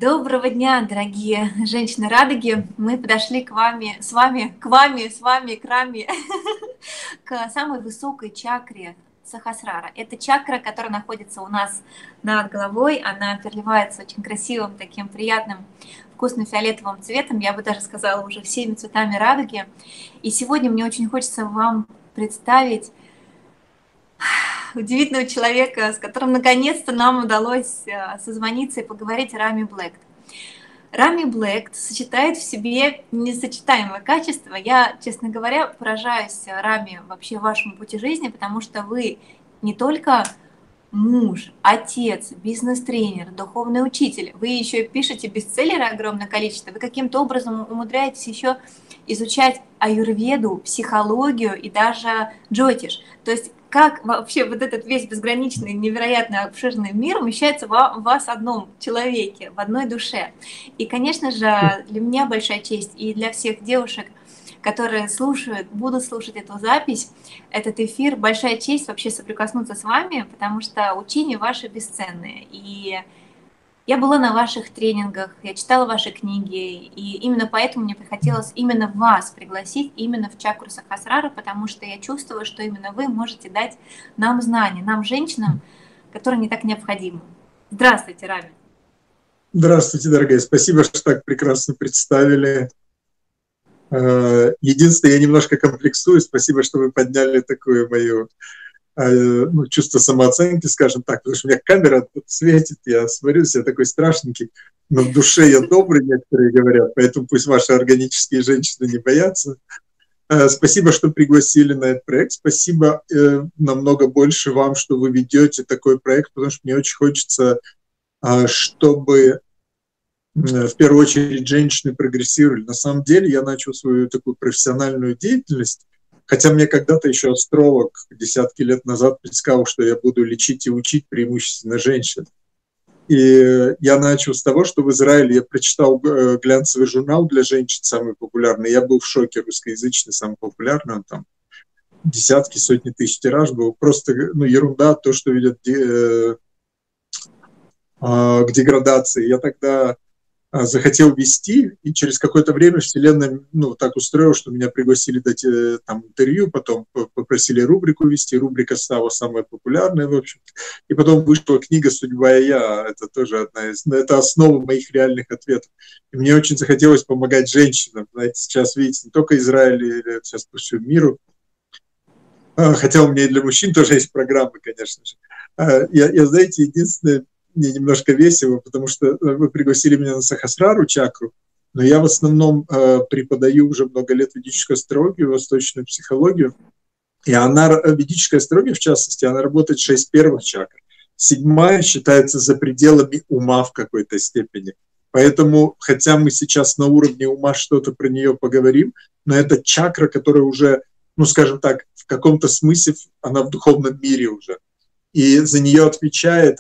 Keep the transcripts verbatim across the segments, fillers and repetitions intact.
Доброго дня, дорогие женщины Радуги. Мы подошли к вами, с вами, к вами, с вами, к раме, к самой высокой чакре Сахасрара. Это чакра, которая находится у нас над головой. Она переливается очень красивым, таким приятным, вкусно-фиолетовым цветом. Я бы даже сказала, уже всеми цветами радуги. И сегодня мне очень хочется вам представить удивительного человека, с которым наконец-то нам удалось созвониться и поговорить, Рами Блэк. Рами Блэк сочетает в себе несочетаемые качества. Я, честно говоря, поражаюсь, Рами, вообще вашему пути жизни, потому что вы не только муж, отец, бизнес-тренер, духовный учитель, вы еще и пишете бестселлеры огромное количество, вы каким-то образом умудряетесь еще изучать аюрведу, психологию и даже джотиш. То есть как вообще вот этот весь безграничный, невероятно обширный мир умещается в вас одном человеке, в одной душе. И, конечно же, для меня большая честь, и для всех девушек, которые слушают, будут слушать эту запись, этот эфир, большая честь вообще соприкоснуться с вами, потому что учения ваши бесценные. И я была на ваших тренингах, я читала ваши книги, и именно поэтому мне хотелось именно вас пригласить, именно в чакру Сахасрара, потому что я чувствую, что именно вы можете дать нам знания, нам, женщинам, которые не так необходимы. Здравствуйте, Рами. Здравствуйте, дорогая. Спасибо, что так прекрасно представили. Единственное, я немножко комплексую. Спасибо, что вы подняли такую мою ну, чувство самооценки, скажем так, потому что у меня камера тут светит, я смотрюсь, я такой страшненький, но в душе я добрый, некоторые говорят, поэтому пусть ваши органические женщины не боятся. Спасибо, что пригласили на этот проект, спасибо намного больше вам, что вы ведете такой проект, потому что мне очень хочется, чтобы в первую очередь женщины прогрессировали. На самом деле я начал свою такую профессиональную деятельность, хотя мне когда-то еще астролог десятки лет назад предсказал, что я буду лечить и учить преимущественно женщин. И я начал с того, что в Израиле я прочитал глянцевый журнал для женщин, самый популярный. Я был в шоке, русскоязычный, самый популярный, он там десятки, сотни тысяч тираж был. Просто ну, ерунда, то, что ведет к деградации. Я тогда захотел вести, и через какое-то время Вселенная ну, так устроила, что меня пригласили дать там, интервью, потом попросили рубрику вести, рубрика стала самая популярная, в общем. И потом вышла книга «Судьба и я», это тоже одна из, это основа моих реальных ответов. И мне очень захотелось помогать женщинам, знаете, сейчас, видите, не только Израиль, сейчас по всему миру, хотя у меня и для мужчин тоже есть программы, конечно же. Я, я знаете, единственное, мне немножко весело, потому что вы пригласили меня на Сахасрару чакру, но я в основном э, преподаю уже много лет ведическую астрологию, восточную психологию, и она, ведическая астрология, в частности, она работает шесть первых чакр. Седьмая считается за пределами ума в какой-то степени. Поэтому, хотя мы сейчас на уровне ума что-то про нее поговорим, но это чакра, которая уже, ну, скажем так, в каком-то смысле она в духовном мире уже. И за нее отвечает.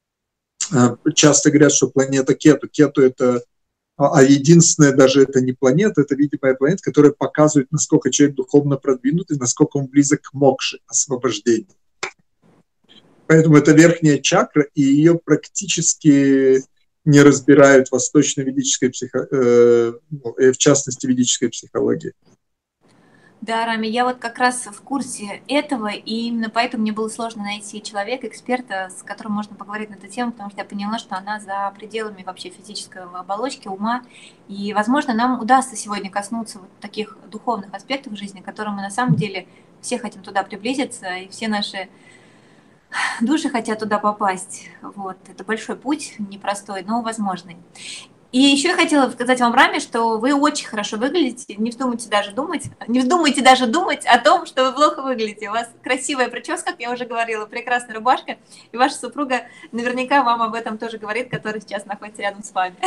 Часто говорят, что планета Кету. Кету это, а единственное даже это не планета, это видимая планета, которая показывает, насколько человек духовно продвинут и насколько он близок к мокше, освобождению. Поэтому это верхняя чакра, и ее практически не разбирают в восточно-ведической психологии, э, в частности, ведической психологии. Да, Рами, я вот как раз в курсе этого, и именно поэтому мне было сложно найти человека, эксперта, с которым можно поговорить на эту тему, потому что я поняла, что она за пределами вообще физической оболочки, ума, и, возможно, нам удастся сегодня коснуться вот таких духовных аспектов жизни, к которым мы на самом деле все хотим туда приблизиться, и все наши души хотят туда попасть. Вот. Это большой путь, непростой, но возможный. И еще я хотела сказать вам, Рами, что вы очень хорошо выглядите, не вздумайте даже думать, не вздумайте даже думать о том, что вы плохо выглядите. У вас красивая прическа, как я уже говорила, прекрасная рубашка, и ваша супруга наверняка вам об этом тоже говорит, которая сейчас находится рядом с вами.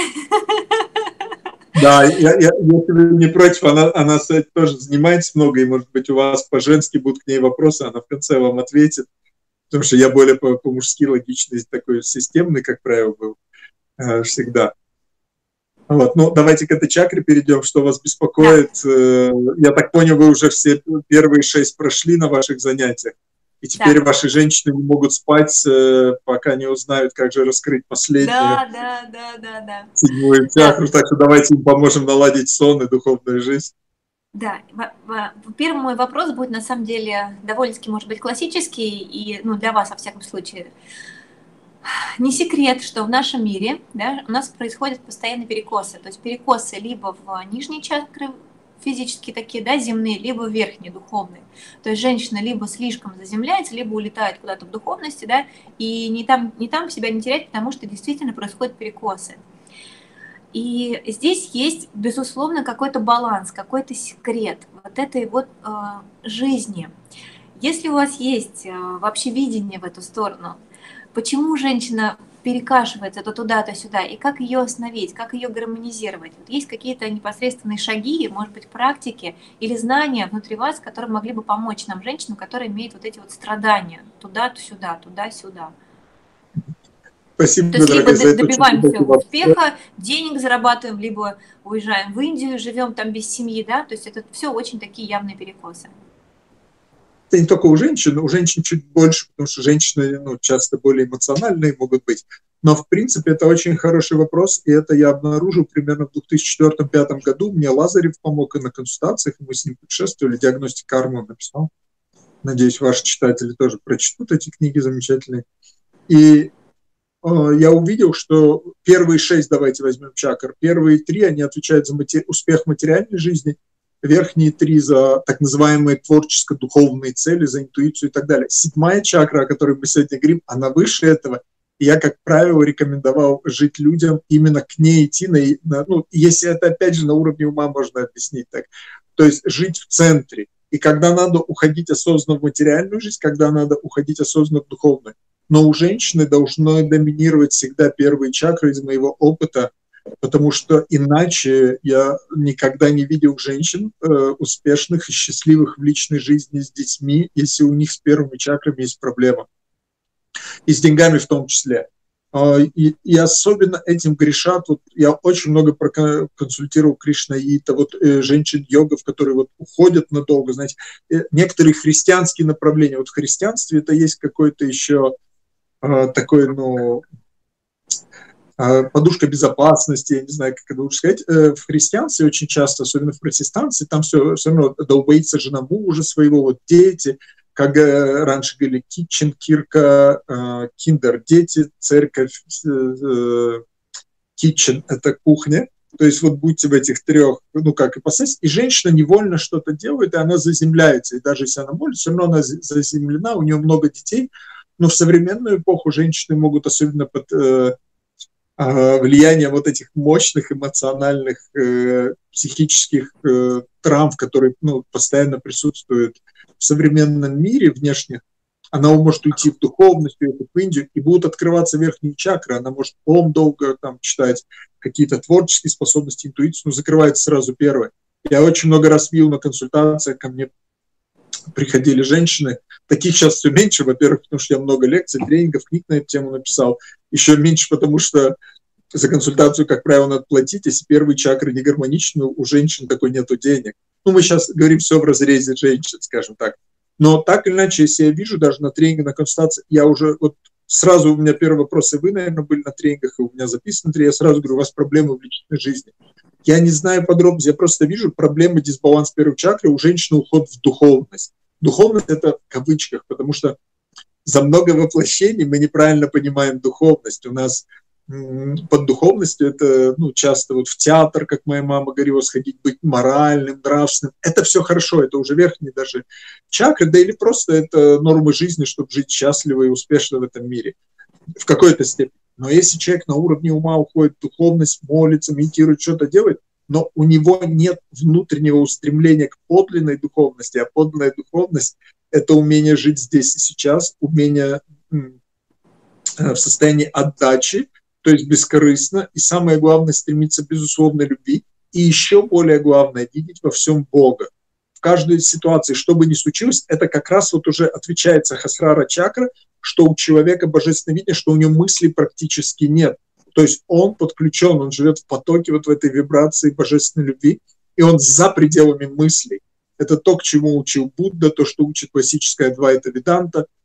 Да, я, я, если вы не против, она, она тоже занимается много, и, может быть, у вас по-женски будут к ней вопросы, она в конце вам ответит, потому что я более по-мужски логичный, такой системный, как правило, был всегда. Вот, ну, давайте к этой чакре перейдем, что вас беспокоит. Я так понял, вы уже все первые шесть прошли на ваших занятиях. И теперь Да. ваши женщины не могут спать, пока не узнают, как же раскрыть последнюю, Да, да, да, да, да. седьмую Да. чакру. Так что давайте им поможем наладить сон и духовную жизнь. Да, во- во- первый мой вопрос будет на самом деле довольно-таки, может быть, классический, и ну, для вас, во всяком случае. Не секрет, что в нашем мире, да, у нас происходят постоянные перекосы. То есть перекосы либо в нижние чакры, физические такие, да, земные, либо в верхние, духовные. То есть женщина либо слишком заземляется, либо улетает куда-то в духовности, да, и не там, не там себя не терять, потому что действительно происходят перекосы. И здесь есть, безусловно, какой-то баланс, какой-то секрет вот этой вот э, жизни. Если у вас есть э, вообще видение в эту сторону, почему женщина перекашивается то туда, то сюда, и как ее остановить, как ее гармонизировать? Вот есть какие-то непосредственные шаги, может быть, практики или знания внутри вас, которые могли бы помочь нам, женщинам, которые имеют вот эти вот страдания туда-сюда, туда-сюда. Спасибо, То есть либо дорогая, за это очень добиваемся глубокий вопрос. успеха, денег зарабатываем, либо уезжаем в Индию, живем там без семьи, да, то есть это все очень такие явные перекосы. Это не только у женщин, у женщин чуть больше, потому что женщины ну, часто более эмоциональные могут быть. Но, в принципе, это очень хороший вопрос, и это я обнаружил примерно в две тысячи четвёртом — две тысячи пятом году. Мне Лазарев помог и на консультациях, и мы с ним путешествовали, «Диагностика кармы» он написал. Надеюсь, ваши читатели тоже прочтут эти книги замечательные. И я увидел, что первые шесть, давайте возьмем чакр, первые три, они отвечают за матери... успех материальной жизни, верхние три за так называемые творческо-духовные цели, за интуицию и так далее. Седьмая чакра, о которой мы сегодня говорим, она выше этого. И я, как правило, рекомендовал жить людям именно к ней идти, на, на, ну, если это, опять же, на уровне ума можно объяснить так. То есть жить в центре. И когда надо уходить осознанно в материальную жизнь, когда надо уходить осознанно в духовную. Но у женщины должно доминировать всегда первые чакры из моего опыта, потому что иначе я никогда не видел женщин э, успешных и счастливых в личной жизни с детьми, если у них с первыми чакрами есть проблема. И с деньгами в том числе. Э, и, и особенно этим грешат, вот я очень много проконсультировал кришнаита, вот э, женщин-йогов, которые вот уходят надолго, знаете, э, некоторые христианские направления. Вот в христианстве это есть какой-то еще такой, ну, подушка безопасности, я не знаю, как это лучше сказать. В христианстве очень часто, особенно в протестанстве, там все, все равно долбоится жена мужа своего, вот дети, как раньше говорили, kitchen, кирка, киндер, дети, церковь, kitchen – это кухня. То есть вот будьте в этих трех, ну, как ипостаси, и женщина невольно что-то делает, и она заземляется. И даже если она молится, все равно она заземлена, у нее много детей. Но в современную эпоху женщины могут, особенно под э, э, влиянием вот этих мощных эмоциональных, э, психических э, травм, которые ну, постоянно присутствуют в современном мире внешне, она может уйти в духовность, в Индию, и будут открываться верхние чакры. Она может ом долго там, читать, какие-то творческие способности, интуицию, но закрывается сразу первое. Я очень много раз видел на консультациях, ко мне приходили женщины, таких сейчас все меньше, во-первых, потому что я много лекций, тренингов, книг на эту тему написал, еще меньше, потому что за консультацию, как правило, надо платить, если первые чакры не гармоничны, у женщин такой нету денег. Ну, мы сейчас говорим все в разрезе женщин, скажем так. Но так или иначе, если я вижу даже на тренинге, на консультации, я уже, вот сразу у меня первые вопросы, вы, наверное, были на тренингах, и у меня записано, я сразу говорю, у вас проблемы в личной жизни. Я не знаю подробности, я просто вижу проблемы, дисбаланс первой чакры, у женщины уход в духовность. Духовность – это в кавычках, потому что за много воплощений мы неправильно понимаем духовность. У нас м- под духовностью это ну, часто вот в театр, как моя мама говорила, сходить, быть моральным, нравственным. Это все хорошо, это уже верхние даже чакры, да или просто это нормы жизни, чтобы жить счастливо и успешно в этом мире в какой-то степени. Но если человек на уровне ума уходит в духовность, молится, медитирует, что-то делает, но у него нет внутреннего устремления к подлинной духовности, а подлинная духовность – это умение жить здесь и сейчас, умение в состоянии отдачи, то есть бескорыстно, и самое главное – стремиться к безусловной любви, и еще более главное – видеть во всем Бога. В каждой ситуации, что бы ни случилось, это как раз вот уже отвечает Сахасрара чакра, что у человека божественное видение, что у него мыслей практически нет. То есть он подключен, он живет в потоке, вот в этой вибрации божественной любви, и он за пределами мыслей. Это то, к чему учил Будда, то, что учит классическая Адвайта Веданта,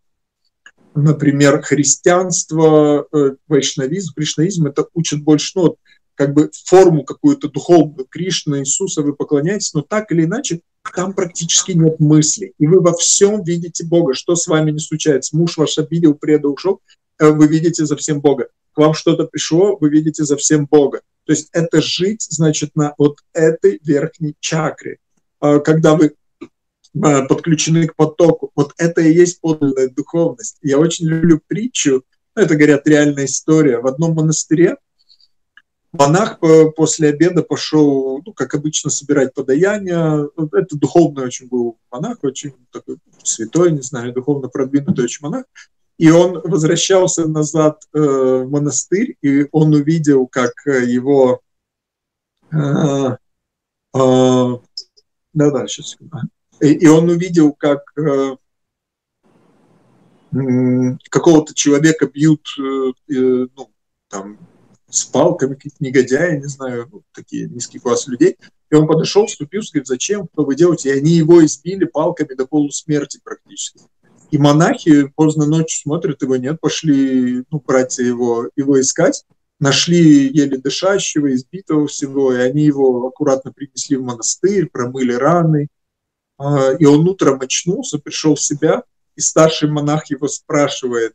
например, христианство, вайшнавизм, кришнаизм, это учат больше, ну, вот, как бы форму какую-то духовную, Кришна, Иисуса вы поклоняетесь, но так или иначе там практически нет мыслей. И вы во всем видите Бога. Что с вами не случается? Муж ваш обидел, предал, ушел, вы видите за всем Бога. К вам что-то пришло, вы видите за всем Бога. То есть это жить, значит, на вот этой верхней чакре. Когда вы подключены к потоку. Вот это и есть подлинная духовность. Я очень люблю притчу, ну, это, говорят, реальная история. В одном монастыре монах после обеда пошел, ну, как обычно, собирать подаяние. Это духовный очень был монах, очень такой святой, не знаю, духовно продвинутый очень монах. И он возвращался назад э, в монастырь, и он увидел, как его... Э, э, да-да, сейчас секунду. И, и он увидел, как э, э, какого-то человека бьют, э, э, ну, там, с палками, какие-то негодяи, не знаю, ну, такие низкий класс людей. И он подошел, вступился, говорит, зачем, что вы делаете? И они его избили палками до полусмерти практически. И монахи поздно ночью смотрят, его нет, пошли, ну, братья его, его искать, нашли еле дышащего, избитого всего, и они его аккуратно принесли в монастырь, промыли раны. И он утром очнулся, пришел в себя, и старший монах его спрашивает,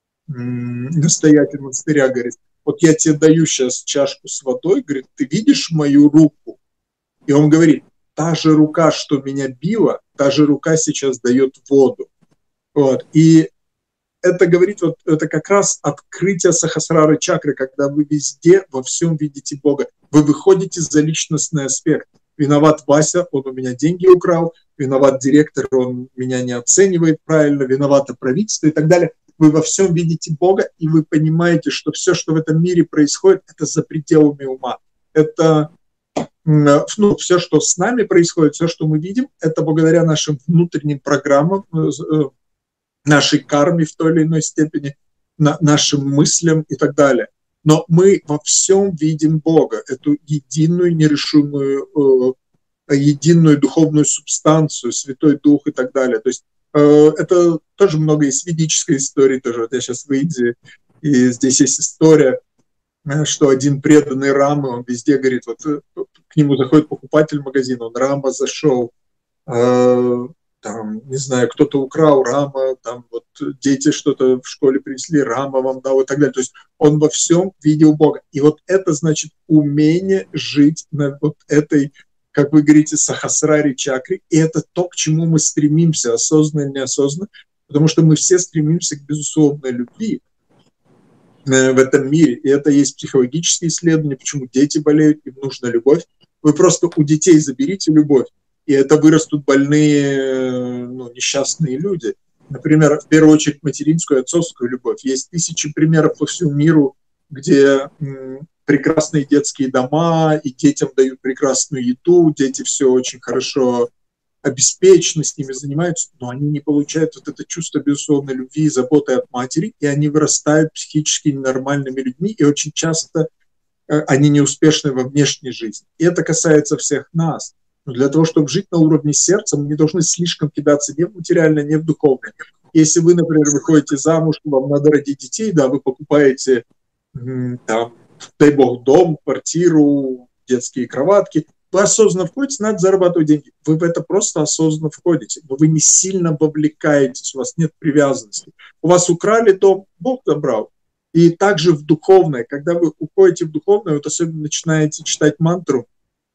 настоятель монастыря, говорит, вот я тебе даю сейчас чашку с водой, говорит, ты видишь мою руку? И он говорит, та же рука, что меня била, та же рука сейчас дает воду. Вот. И это говорит, вот это как раз открытие сахасрары чакры, когда вы везде, во всем видите Бога. Вы выходите за личностный аспект. Виноват Вася, он у меня деньги украл, виноват директор, он меня не оценивает правильно, виновато правительство и так далее. Вы во всем видите Бога, и вы понимаете, что все, что в этом мире происходит, это за пределами ума. Это ну, все, что с нами происходит, все, что мы видим, это благодаря нашим внутренним программам, нашей карме в той или иной степени, нашим мыслям и так далее. Но мы во всем видим Бога, эту единую, нерешимую, э, единую духовную субстанцию, Святой Дух и так далее. То есть э, это тоже много есть ведической истории тоже. Вот я сейчас в Индии, и здесь есть история, что один преданный Рамы, он везде говорит, вот к нему заходит покупатель в магазин, он Рама зашел, э, там, не знаю, кто-то украл Рама, там вот дети что-то в школе принесли, Рама вам дал и так далее. То есть он во всем видел Бога. И вот это значит умение жить на вот этой, как вы говорите, сахасраре чакре. И это то, к чему мы стремимся, осознанно или неосознанно, потому что мы все стремимся к безусловной любви в этом мире. И это есть психологические исследования, почему дети болеют, им нужна любовь. Вы просто у детей заберите любовь, и это вырастут больные, ну, несчастные люди. Например, в первую очередь материнскую и отцовскую любовь. Есть тысячи примеров по всему миру, где м, прекрасные детские дома, и детям дают прекрасную еду, дети все очень хорошо обеспечены, с ними занимаются, но они не получают вот это чувство безусловной любви и заботы от матери, и они вырастают психически ненормальными людьми, и очень часто э, они неуспешны во внешней жизни. И это касается всех нас. Но для того, чтобы жить на уровне сердца, мы не должны слишком кидаться ни в материальное, ни в духовное. Если вы, например, выходите замуж, вам надо родить детей, да, вы покупаете, там, дай бог, дом, квартиру, детские кроватки, вы осознанно входите, надо зарабатывать деньги. Вы в это просто осознанно входите, но вы не сильно вовлекаетесь, у вас нет привязанности. У вас украли дом, Бог забрал. И также в духовное, когда вы уходите в духовное, вот особенно начинаете читать мантру,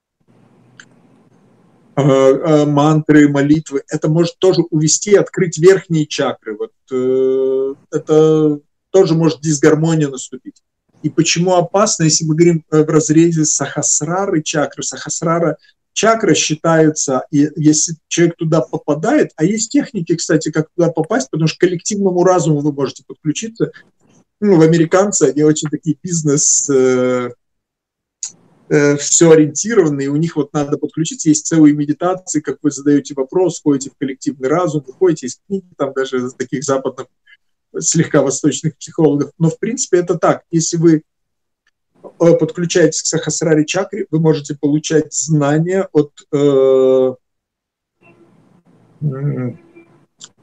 мантры, молитвы, это может тоже увести, открыть верхние чакры. Вот, э, это тоже может дисгармония наступить. И почему опасно, если мы говорим в разрезе сахасрары чакры, сахасрара чакра считается, и если человек туда попадает, а есть техники, кстати, как туда попасть, потому что к коллективному разуму вы можете подключиться. Ну, в американцы, они очень такие бизнес... Э, все ориентированные, у них вот надо подключиться, есть целые медитации, как вы задаете вопрос, входите в коллективный разум, выходите из книги, там даже таких западных, слегка восточных психологов, но в принципе это так, если вы подключаетесь к сахасраре чакре, вы можете получать знания от, э,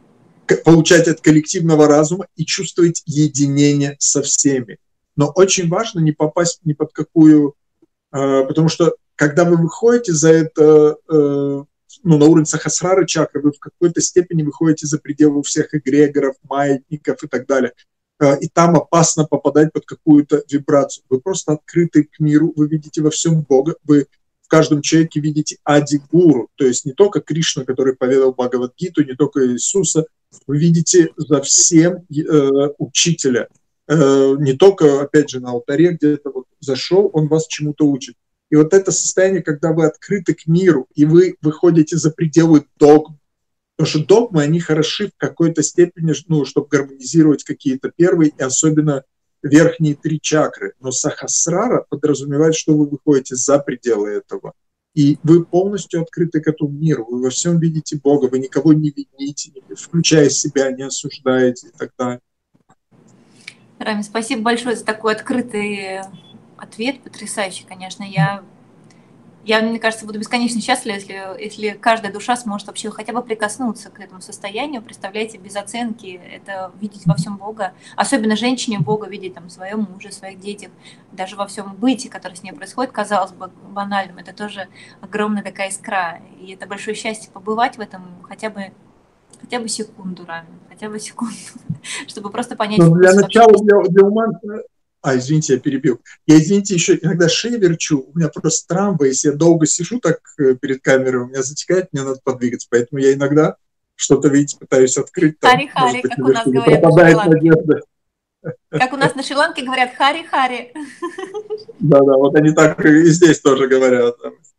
получать от коллективного разума и чувствовать единение со всеми. Но очень важно не попасть ни под какую... Потому что когда вы выходите за это, ну, на уровень сахасрары чакры, вы в какой-то степени выходите за пределы всех эгрегоров, маятников и так далее. И там опасно попадать под какую-то вибрацию. Вы просто открыты к миру, вы видите во всем Бога, вы в каждом человеке видите Ади-гуру, то есть не только Кришну, который поведал Бхагавад-гиту, не только Иисуса, вы видите за всем э, учителя. Э, не только, опять же, на алтаре где-то вот зашел, он вас чему-то учит. И вот это состояние, когда вы открыты к миру, и вы выходите за пределы догм, потому что догмы, они хороши в какой-то степени, ну, чтобы гармонизировать какие-то первые, и особенно верхние три чакры. Но сахасрара подразумевает, что вы выходите за пределы этого. И вы полностью открыты к этому миру, вы во всем видите Бога, вы никого не вините, включая себя, не осуждаете и так далее. Рами, спасибо большое за такой открытый ответ, потрясающий, конечно. Я, я, мне кажется, буду бесконечно счастлива, если, если каждая душа сможет вообще хотя бы прикоснуться к этому состоянию. Представляете, без оценки это видеть во всем Бога. Особенно женщине Бога видеть там в своем муже, в своих детях, даже во всем быте, которое с ней происходит, казалось бы, банальным. Это тоже огромная такая искра. И это большое счастье побывать в этом хотя бы, хотя бы секунду, Рами, хотя бы секунду, чтобы просто понять... Но для начала, для, для ума... А, извините, я перебил. Я, извините, еще иногда шею верчу, у меня просто травма, если я долго сижу так перед камерой, у меня затекает, мне надо подвигаться, поэтому я иногда что-то, видите, пытаюсь открыть. Там, хари-хари, как у нас говорят на Шри-Ланке. Как у нас на Шри-Ланке говорят хари-хари. Да-да, вот они так и здесь тоже говорят.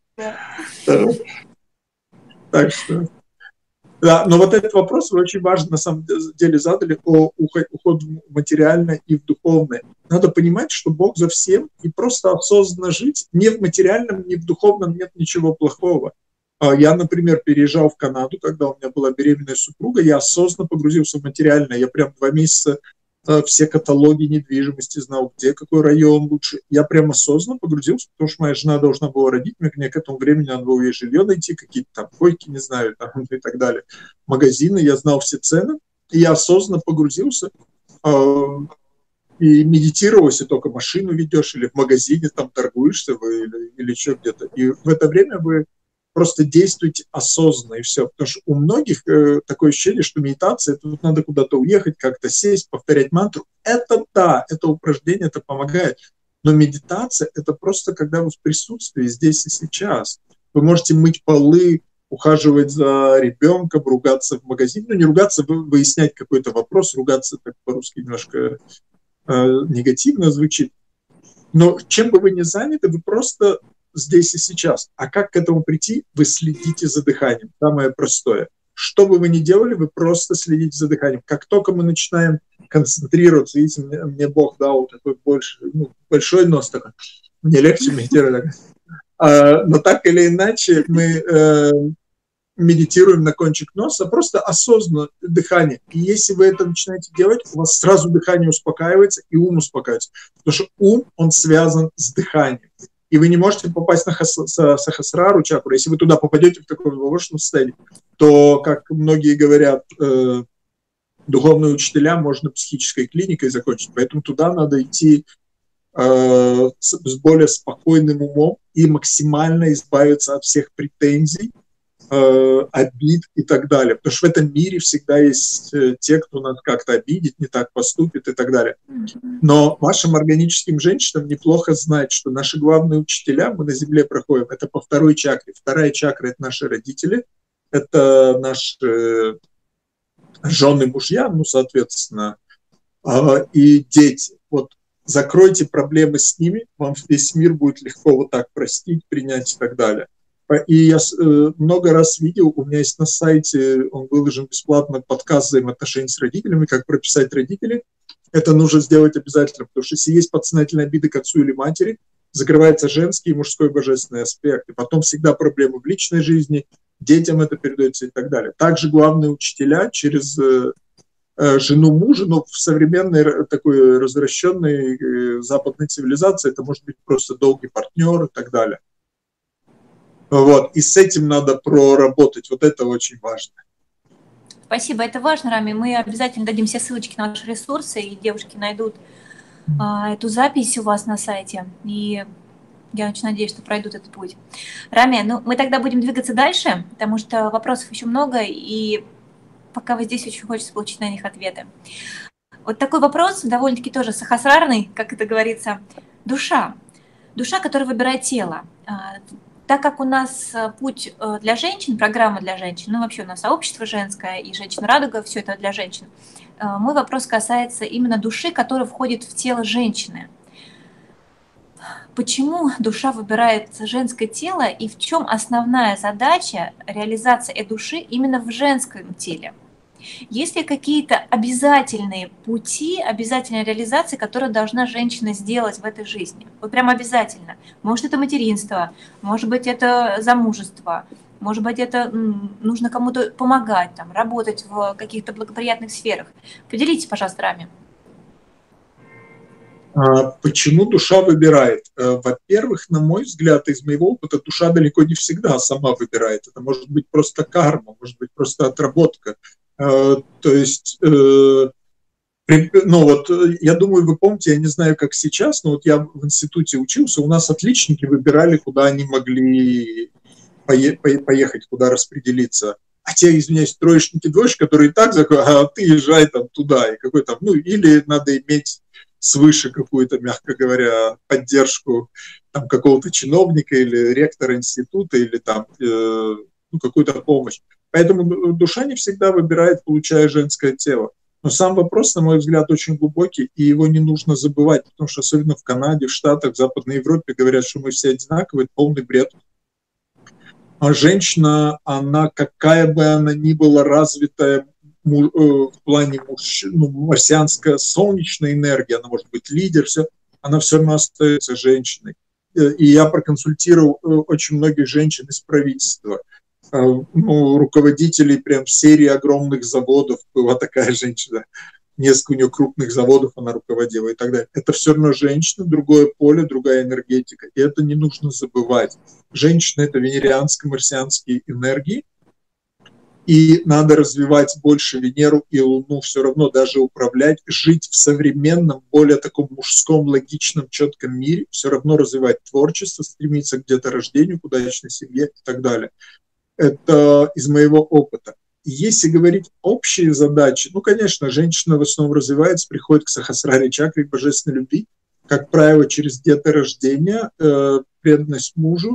Так что... Да, но вот этот вопрос вы очень важно на самом деле задали о уходе в материальное и в духовное. Надо понимать, что Бог за всем, и просто осознанно жить. Ни в материальном, ни в духовном нет ничего плохого. Я, например, переезжал в Канаду, когда у меня была беременная супруга, я осознанно погрузился в материальное. Я прям два месяца все каталоги недвижимости знал, где, какой район лучше. Я прям осознанно погрузился, потому что моя жена должна была родить, мне к этому времени надо было ей жилье найти, какие-то там койки, не знаю, там, и так далее. Магазины, я знал все цены, и я осознанно погрузился э, и медитировал, если только машину ведешь, или в магазине там торгуешься, вы, или, или еще где-то. И в это время вы просто действуйте осознанно, и все. Потому что у многих э, такое ощущение, что медитация, это вот надо куда-то уехать, как-то сесть, повторять мантру. Это да, это упражнение, это помогает. Но медитация – это просто когда вы в присутствии здесь и сейчас. Вы можете мыть полы, ухаживать за ребенком, ругаться в магазине. Ну, не ругаться, выяснять какой-то вопрос, ругаться так по-русски немножко э, негативно звучит. Но чем бы вы ни заняты, вы просто здесь и сейчас. А как к этому прийти? Вы следите за дыханием. Самое простое. Что бы вы ни делали, вы просто следите за дыханием. Как только мы начинаем концентрироваться, видите, мне, мне Бог дал такой больше, ну, большой нос такой, мне легче медитировать. А, но так или иначе мы э, медитируем на кончик носа, просто осознанно дыхание. И если вы это начинаете делать, у вас сразу дыхание успокаивается и ум успокаивается. Потому что ум, он связан с дыханием. И вы не можете попасть на сахасрару чакру. Если вы туда попадете в такое возвышенное состояние, то, как многие говорят, э, духовные учителя можно психической клиникой закончить. Поэтому туда надо идти э, с, с более спокойным умом и максимально избавиться от всех претензий, э, обид и так далее. Потому что в этом мире всегда есть э, те, кто нас как-то обидит, не так поступит и так далее. Но вашим органическим женщинам неплохо знать, что наши главные учителя, мы на Земле проходим, это по второй чакре. Вторая чакра – это наши родители, это наши жены, мужья, ну, соответственно, и дети. Вот закройте проблемы с ними, вам весь мир будет легко вот так простить, принять и так далее. И я много раз видел, у меня есть на сайте, он выложен бесплатно, подкаст взаимоотношений с родителями, как прописать родителей. Это нужно сделать обязательно, потому что если есть подсознательные обиды к отцу или матери, закрывается женский и мужской божественный аспект. И потом всегда проблемы в личной жизни, детям это передается и так далее. Также главные учителя через э, э, жену мужа, но в современной такой развращенной э, западной цивилизации это может быть просто долгий партнер и так далее. Вот. И с этим надо проработать. Вот это очень важно. Спасибо, это важно, Рами. Мы обязательно дадим все ссылочки на наши ресурсы, и девушки найдут а, эту запись у вас на сайте. И я очень надеюсь, что пройдут этот путь. Рами, ну мы тогда будем двигаться дальше, потому что вопросов еще много, и пока вы здесь, очень хочется получить на них ответы. Вот такой вопрос, довольно-таки тоже сахасрарный, как это говорится, душа. Душа, которая выбирает тело. Так как у нас путь для женщин, программа для женщин, ну вообще у нас сообщество женское и женщина-радуга, все это для женщин, мой вопрос касается именно души, которая входит в тело женщины. Почему душа выбирает женское тело и в чем основная задача реализации этой души именно в женском теле? Есть ли какие-то обязательные пути, обязательные реализации, которые должна женщина сделать в этой жизни? Вот прям обязательно. Может, это материнство, может быть, это замужество, может быть, это нужно кому-то помогать, там, работать в каких-то благоприятных сферах. Поделитесь, пожалуйста, Рами. Почему душа выбирает? Во-первых, на мой взгляд, из моего опыта, душа далеко не всегда сама выбирает. Это может быть просто карма, может быть просто отработка. То есть, ну вот, я думаю, вы помните, я не знаю, как сейчас, но вот я в институте учился, у нас отличники выбирали, куда они могли поехать, куда распределиться. А те, извиняюсь, троечники, двоечки, которые и так заходят, а ты езжай там туда, и какой там, ну, или надо иметь свыше какую-то, мягко говоря, поддержку там какого-то чиновника или ректора института, или там э, ну, какую-то помощь. Поэтому душа не всегда выбирает, получая женское тело. Но сам вопрос, на мой взгляд, очень глубокий, и его не нужно забывать, потому что особенно в Канаде, в Штатах, в Западной Европе говорят, что мы все одинаковые, это полный бред. А женщина, она, какая бы она ни была развитая в плане ну, марсианская солнечная энергия, она может быть лидер, все, она все равно остается женщиной. И я проконсультировал очень многих женщин из правительства, ну, руководителей прям серии огромных заводов, была такая женщина, несколько у нее крупных заводов она руководила и так далее. Это все равно женщина, другое поле, другая энергетика, и это не нужно забывать. Женщина – это венерианско-марсианские энергии, и надо развивать больше Венеру и Луну, все равно даже управлять, жить в современном, более таком мужском, логичном, четком мире, все равно развивать творчество, стремиться к деторождению, к удачной семье и так далее. Это из моего опыта. И если говорить общие задачи, ну, конечно, женщина в основном развивается, приходит к сахасраре чакре, к божественной любви, как правило, через деторождение, э, преданность мужу,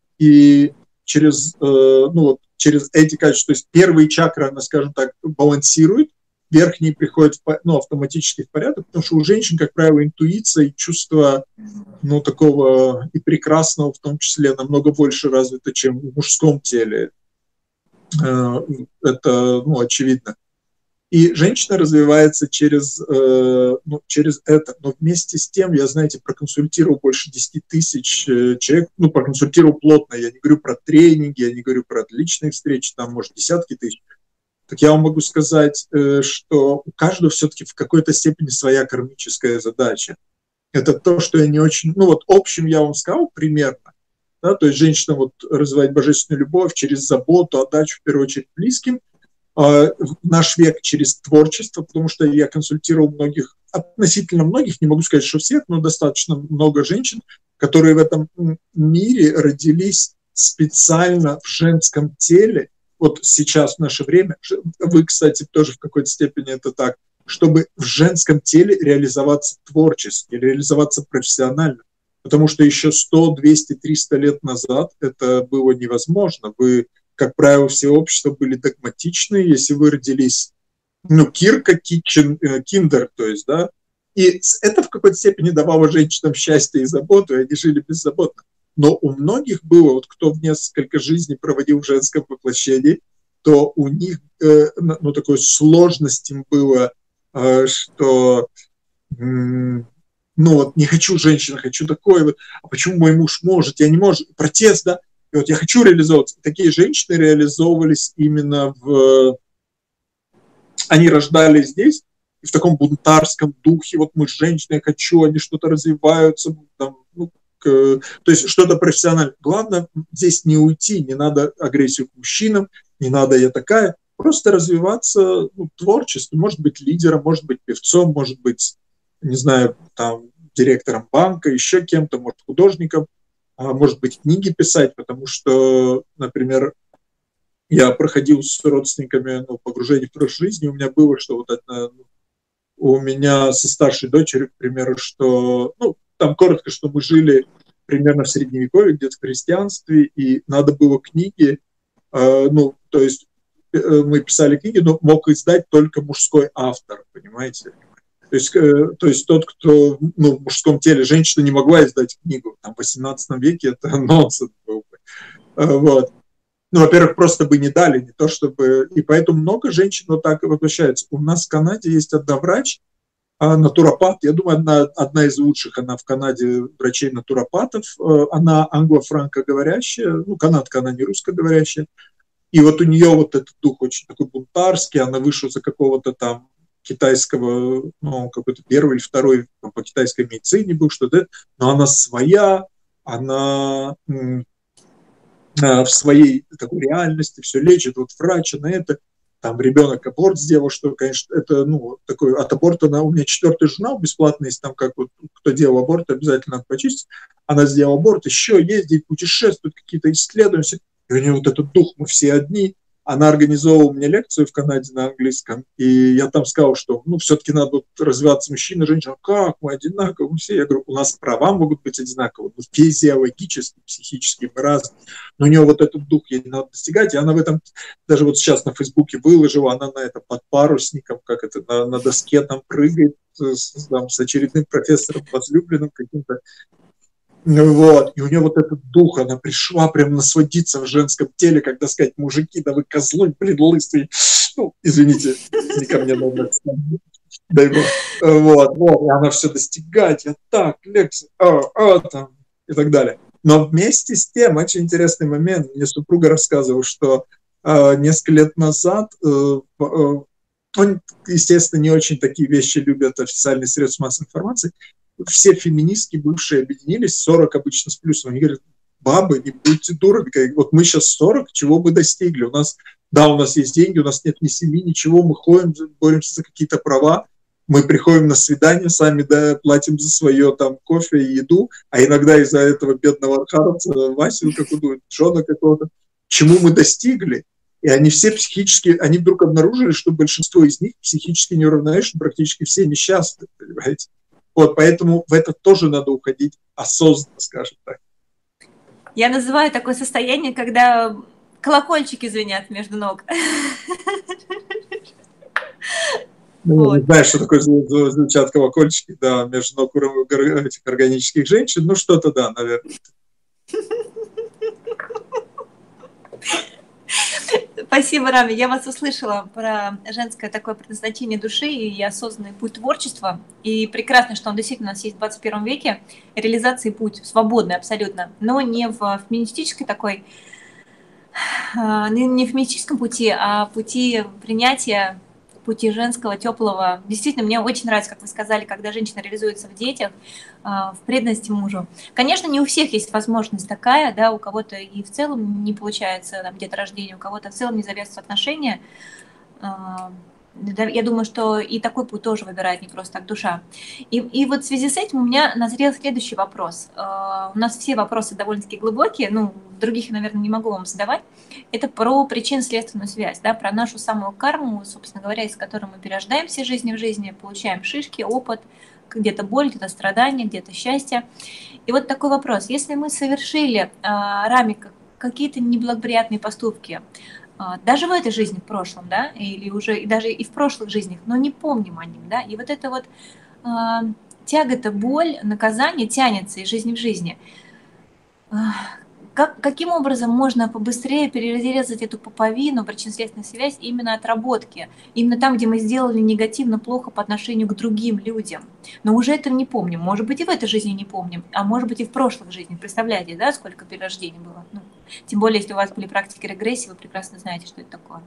и через, э, ну, вот, через эти качества, то есть первые чакры, она, скажем так, балансирует, верхние приходят в, ну, автоматически в порядок, потому что у женщин, как правило, интуиция и чувство, ну, такого и прекрасного в том числе намного больше развито, чем в мужском теле. Это, ну, очевидно. И женщина развивается через, ну, через это. Но вместе с тем, я, знаете, проконсультировал больше десяти тысяч человек, ну, проконсультировал плотно, я не говорю про тренинги, я не говорю про личные встречи, там, может, десятки тысяч. Так я вам могу сказать, что у каждого все-таки в какой-то степени своя кармическая задача. Это то, что я не очень... Ну, вот общем я вам сказал примерно. Да, то есть женщина вот развивает божественную любовь через заботу, отдачу, в первую очередь, близким. В наш век через творчество, потому что я консультировал многих, относительно многих, не могу сказать, что всех, но достаточно много женщин, которые в этом мире родились специально в женском теле. Вот сейчас, в наше время, вы, кстати, тоже в какой-то степени это так, чтобы в женском теле реализоваться творчески, реализоваться профессионально. Потому что еще сто, двести, триста лет назад это было невозможно. Вы, как правило, все общества были догматичны. Если вы родились, ну, кирка, китчен, киндер, то есть, да, и это в какой-то степени давало женщинам счастье и заботу, и они жили беззаботно. Но у многих было, вот кто в несколько жизней проводил в женском воплощении, то у них, э, ну, такой сложность им было, э, что... М- ну вот не хочу женщину, хочу такое, вот, а почему мой муж может, я не могу, протест, да, и вот я хочу реализовываться. Такие женщины реализовывались именно в... Они рождались здесь, и в таком бунтарском духе, вот мы женщины, я хочу, они что-то развиваются, там, ну, к... то есть что-то профессиональное. Главное здесь не уйти, не надо агрессию к мужчинам, не надо я такая, просто развиваться ну, творчески, может быть лидером, может быть певцом, может быть, не знаю, там, директором банка, еще кем-то, может, художником, а может быть, книги писать, потому что, например, я проходил с родственниками ну, погружение в прошлую жизнь, и у меня было, что вот одна, у меня со старшей дочерью, к примеру, что, ну, там коротко, что мы жили примерно в Средневековье, где-то в христианстве, и надо было книги, э, ну, то есть э, мы писали книги, но мог издать только мужской автор, понимаете? То есть, э, то есть тот, кто ну, в мужском теле, женщина не могла издать книгу, там, в восемнадцатом веке это нонсенс был бы. Э, вот. Ну, во-первых, просто бы не дали, не то чтобы... И поэтому много женщин вот так и воплощается. У нас в Канаде есть одна врач, натуропат, я думаю, одна, одна из лучших она в Канаде врачей-натуропатов. Она англо-франкоговорящая, ну, канадка, она не русскоговорящая. И вот у нее вот этот дух очень такой бунтарский, она вышла за какого-то там китайского, ну, какой-то первый или второй там, по китайской медицине был, что-то, но она своя, она в своей такой реальности все лечит, вот врач на это, там ребенок аборт сделал, что, конечно, это, ну, такой, от аборта, она, у меня четвертый журнал бесплатный, если там как вот, кто делал аборт, обязательно надо почистить, она сделала аборт, еще ездит, путешествует, какие-то исследования, и у нее вот этот дух, мы все одни. Она организовывала мне лекцию в Канаде на английском, и я там сказал, что, ну, все-таки надо вот развиваться мужчина, женщина, как мы одинаковы, мы все, я говорю, у нас права могут быть одинаковы, но физиологически, психически мы разные, но у нее вот этот дух ей надо достигать, и она в этом, даже вот сейчас на Фейсбуке выложила, она на это под парусником, как это, на, на доске там прыгает с, там, с очередным профессором возлюбленным каким-то. Вот. И у нее вот этот дух, она пришла прям насладиться в женском теле, когда сказать, мужики, да вы козлы, блин, лысые. Ну, извините, не ко мне, наверное, дай бог. Вот, вот, и она все достигает, я так, лекция, а, а, там, и так далее. Но вместе с тем, очень интересный момент, мне супруга рассказывала, что э, несколько лет назад, э, э, он, естественно, не очень такие вещи любят официальные средства массовой информации, все феминистки бывшие объединились, сорок обычно с плюсом, они говорят, бабы, не будьте дурами, вот мы сейчас сорок, чего бы достигли, у нас, да, у нас есть деньги, у нас нет ни семьи, ничего, мы ходим, боремся за какие-то права, мы приходим на свидание, сами, да, платим за свое там кофе и еду, а иногда из-за этого бедного архаровца, Васю какого-то, Джона какого-то, чему мы достигли. И они все психически, они вдруг обнаружили, что большинство из них психически неуравновешены, практически все несчастны, понимаете. Вот, поэтому в это тоже надо уходить осознанно, скажем так. Я называю такое состояние, когда колокольчики звенят между ног. Ну, вот. Не знаю, что такое звучат колокольчики, да, между ног этих органических женщин, ну что-то да, наверное. Спасибо, Рами. Я вас услышала про женское такое предназначение души и осознанный путь творчества. И прекрасно, что он действительно у нас есть в двадцать первом веке. Реализации путь свободный абсолютно, но не в феминистической такой, не в феминистическом пути, а пути принятия, пути женского, теплого. Действительно, мне очень нравится, как вы сказали, когда женщина реализуется в детях, в преданности мужу. Конечно, не у всех есть возможность такая, да, у кого-то и в целом не получается там, где-то рождение, у кого-то в целом не завязываются отношения. Я думаю, что и такой путь тоже выбирает не просто так душа. И, и вот в связи с этим у меня назрел следующий вопрос. У нас все вопросы довольно-таки глубокие, ну, других я, наверное, не могу вам задавать. Это про причинно-следственную связь, да, про нашу самую карму, собственно говоря, из которой мы перерождаемся жизни в жизни, получаем шишки, опыт, где-то боль, где-то страдания, где-то счастье. И вот такой вопрос. Если мы совершили, Рами, какие-то неблагоприятные поступки, даже в этой жизни, в прошлом, да, или уже и даже и в прошлых жизнях, но не помним о них, да, и вот эта вот э, тяга-то, боль, наказание тянется из жизни в жизни. Э, как, каким образом можно побыстрее перерезать эту пуповину, причинно-следственную связь, именно отработки, именно там, где мы сделали негативно, плохо по отношению к другим людям, но уже этого не помним, может быть, и в этой жизни не помним, а может быть, и в прошлых жизнях, представляете, да, сколько перерождений было, ну, тем более, если у вас были практики регрессии, вы прекрасно знаете, что это такое.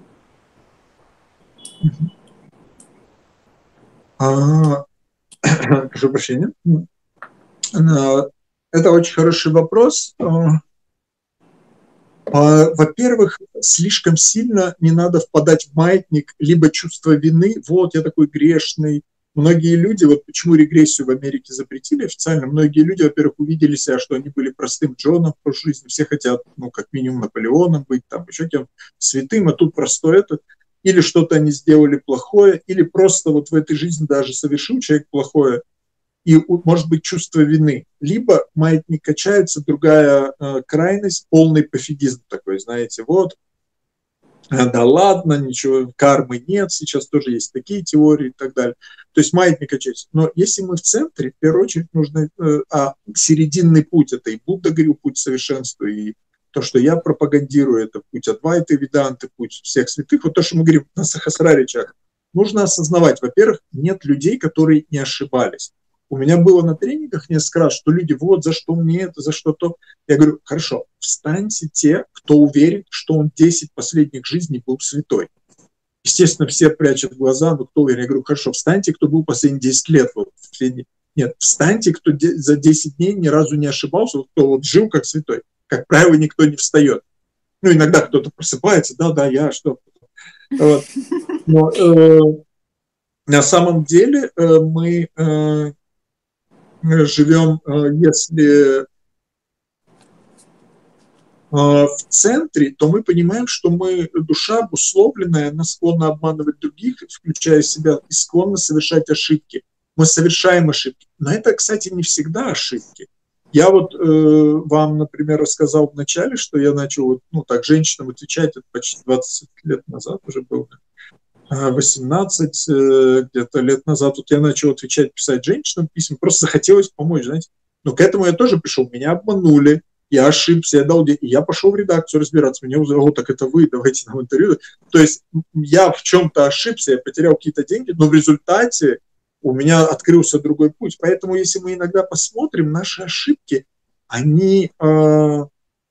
А, прошу прощения. Это очень хороший вопрос. Во-первых, слишком сильно не надо впадать в маятник, либо чувство вины, вот я такой грешный. Многие люди, вот почему регрессию в Америке запретили официально, многие люди, во-первых, увидели себя, что они были простым Джоном в прошлой жизни, все хотят, ну, как минимум, Наполеоном быть, там, еще кем-то святым, а тут простой этот. Или что-то они сделали плохое, или просто вот в этой жизни даже совершил человек плохое, и может быть чувство вины. Либо маятник качается, другая э, крайность, полный пофигизм такой, знаете, вот, э, да ладно, ничего, кармы нет, сейчас тоже есть такие теории и так далее. То есть маятник качается. Но если мы в центре, в первую очередь нужно, э, а серединный путь, это и Будда говорил, путь совершенства, и то, что я пропагандирую, это путь Адвайты, Веданты, путь всех святых. Вот то, что мы говорим на Сахасраричах, нужно осознавать, во-первых, нет людей, которые не ошибались. У меня было на тренингах несколько раз, что люди, вот, за что мне это, за что то. Я говорю, хорошо, встаньте те, кто уверен, что он десять последних жизней был святой. Естественно, все прячут глаза, но кто уверен? Я говорю, хорошо, встаньте, кто был последние десять лет. Вот, последние... Нет, встаньте, кто за десять дней ни разу не ошибался, вот, кто вот жил как святой. Как правило, никто не встает. Ну, иногда кто-то просыпается, да-да, я что. Вот. Но э, на самом деле э, мы... Э, живем, если в центре, то мы понимаем, что мы душа обусловленная, она склонна обманывать других, включая себя, и склонна совершать ошибки. Мы совершаем ошибки. Но это, кстати, не всегда ошибки. Я вот э, вам, например, рассказал в начале, что я начал, ну, так, женщинам отвечать, это почти двадцать лет назад уже было, восемнадцать где-то лет назад, вот я начал отвечать, писать женщинам письма, просто захотелось помочь, знаете. Но к этому я тоже пришел, меня обманули, я ошибся, я дал деньги, и я пошел в редакцию разбираться, меня узнали, так это вы, давайте нам интервью. То есть я в чем-то ошибся, я потерял какие-то деньги, но в результате у меня открылся другой путь. Поэтому если мы иногда посмотрим, наши ошибки, они... Э,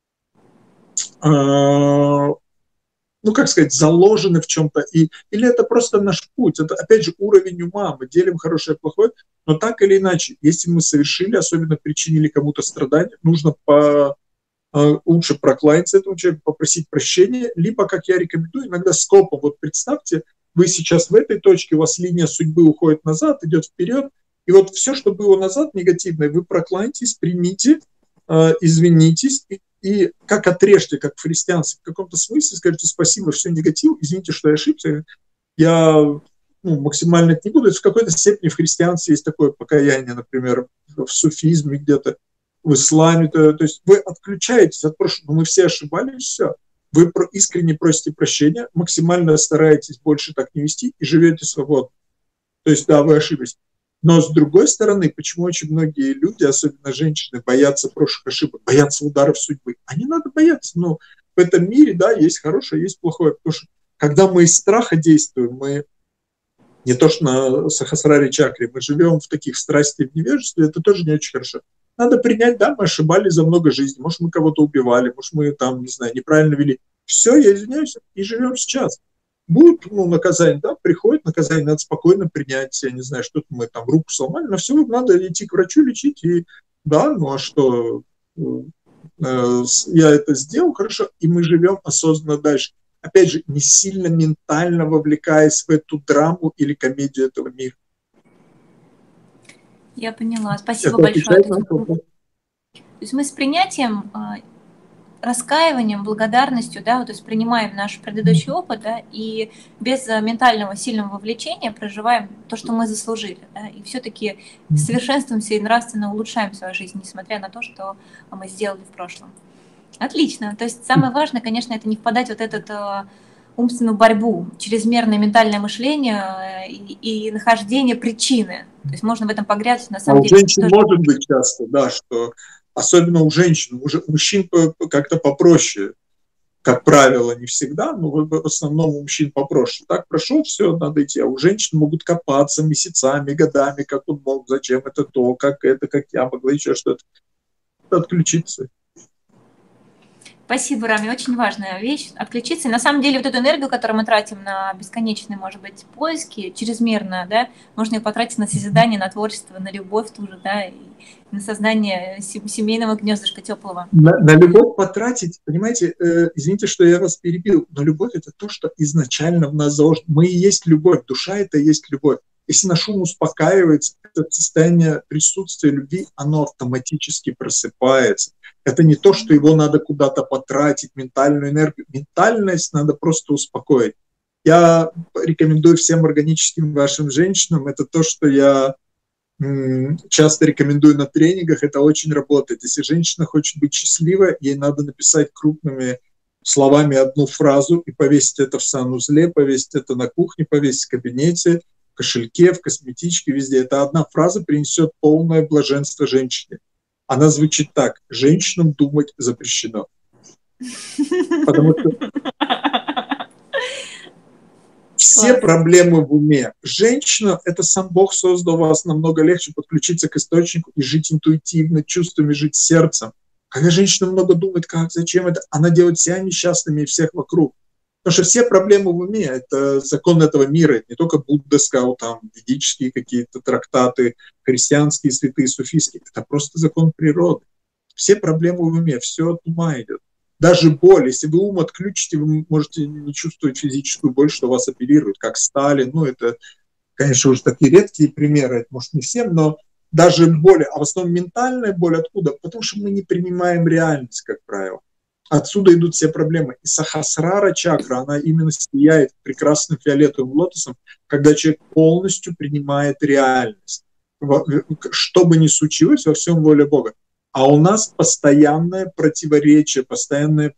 э, ну, как сказать, заложены в чем-то, и, или это просто наш путь, это, опять же, уровень ума, мы делим хорошее и плохое, но так или иначе, если мы совершили, особенно причинили кому-то страдания, нужно по, э, лучше прокланяться этому человеку, попросить прощения, либо, как я рекомендую, иногда скопом, вот представьте, вы сейчас в этой точке, у вас линия судьбы уходит назад, идет вперед, и вот все, что было назад негативное, вы прокланяетесь, примите, э, извинитесь, и И как отрежьте, как в христианстве, в каком-то смысле скажите спасибо, все негатив, извините, что я ошибся, я ну, максимально это не буду. Это в какой-то степени в христианстве есть такое покаяние, например, в суфизме где-то, в исламе. То, то есть вы отключаетесь от прошлого, мы все ошибались, все. Вы искренне просите прощения, максимально стараетесь больше так не вести и живете свободно. То есть да, вы ошиблись. Но с другой стороны, почему очень многие люди, особенно женщины, боятся прошлых ошибок, боятся ударов судьбы? А не надо бояться. Но в этом мире, да, есть хорошее, есть плохое. Потому что когда мы из страха действуем, мы не то что на Сахасрари чакре, мы живем в таких страстях в невежестве, это тоже не очень хорошо. Надо принять, да, мы ошибались за много жизней, может, мы кого-то убивали, может, мы там, не знаю, неправильно вели. Все, я извиняюсь, и живем сейчас. Будет ну, наказание, да, приходит наказание, надо спокойно принять, я не знаю, что-то мы там руку сломали, но все, надо идти к врачу лечить, и да, ну а что, э, я это сделал, хорошо, и мы живем осознанно дальше. Опять же, не сильно ментально вовлекаясь в эту драму или комедию этого мира. Я поняла, спасибо это большое. То есть мы с принятием, раскаиванием, благодарностью, да, то есть принимаем наш предыдущий опыт, да, и без ментального сильного вовлечения проживаем то, что мы заслужили, да, и все-таки совершенствуемся и нравственно улучшаем свою жизнь, несмотря на то, что мы сделали в прошлом. Отлично. То есть самое важное, конечно, это не впадать в вот этот э, умственную борьбу, чрезмерное ментальное мышление и, и нахождение причины. То есть можно в этом погрязться, на самом а деле. У женщин тоже... может быть часто, да, что особенно у женщин, у мужчин как-то попроще, как правило, не всегда, но в основном у мужчин попроще. Так прошел, все, надо идти. А у женщин могут копаться месяцами, годами, как он мог, зачем это то, как это, как я могла, еще что-то. Отключиться. Спасибо, Рами. Очень важная вещь — отключиться. И на самом деле вот эту энергию, которую мы тратим на бесконечные, может быть, поиски, чрезмерно, да, можно ее потратить на созидание, на творчество, на любовь тоже, да, и на создание семейного гнездышка теплого. На, на любовь потратить, понимаете, э, извините, что я вас перебил, но любовь — это то, что изначально в нас заложено. Мы и есть любовь, душа — это и есть любовь. Если наш ум успокаивается, это состояние присутствия любви, оно автоматически просыпается. Это не то, что его надо куда-то потратить, ментальную энергию. Ментальность надо просто успокоить. Я рекомендую всем органическим вашим женщинам, это то, что я м, часто рекомендую на тренингах, это очень работает. Если женщина хочет быть счастливой, ей надо написать крупными словами одну фразу и повесить это в санузле, повесить это на кухне, повесить в кабинете, в кошельке, в косметичке, везде. Это одна фраза принесет полное блаженство женщине. Она звучит так: женщинам думать запрещено. Потому что все проблемы в уме. Женщина — это сам Бог создал вас, намного легче подключиться к источнику и жить интуитивно, чувствами, жить сердцем. Когда женщина много думает, как, зачем это, она делает себя несчастными и всех вокруг. Потому что все проблемы в уме — это закон этого мира. Это не только Будда сказал, там, ведические какие-то трактаты, христианские, святые, суфийские. Это просто закон природы. Все проблемы в уме, все от ума идет. Даже боль. Если вы ум отключите, вы можете не чувствовать физическую боль, что вас оперируют, как Сталин. Ну, это, конечно, уже такие редкие примеры, это, может, не всем, но даже боль, а в основном ментальная боль откуда? Потому что мы не принимаем реальность, как правило. Отсюда идут все проблемы. И сахасрара чакра, она именно сияет прекрасным фиолетовым лотосом, когда человек полностью принимает реальность. Что бы ни случилось, во всем воля Бога. А у нас постоянное противоречие, постоянное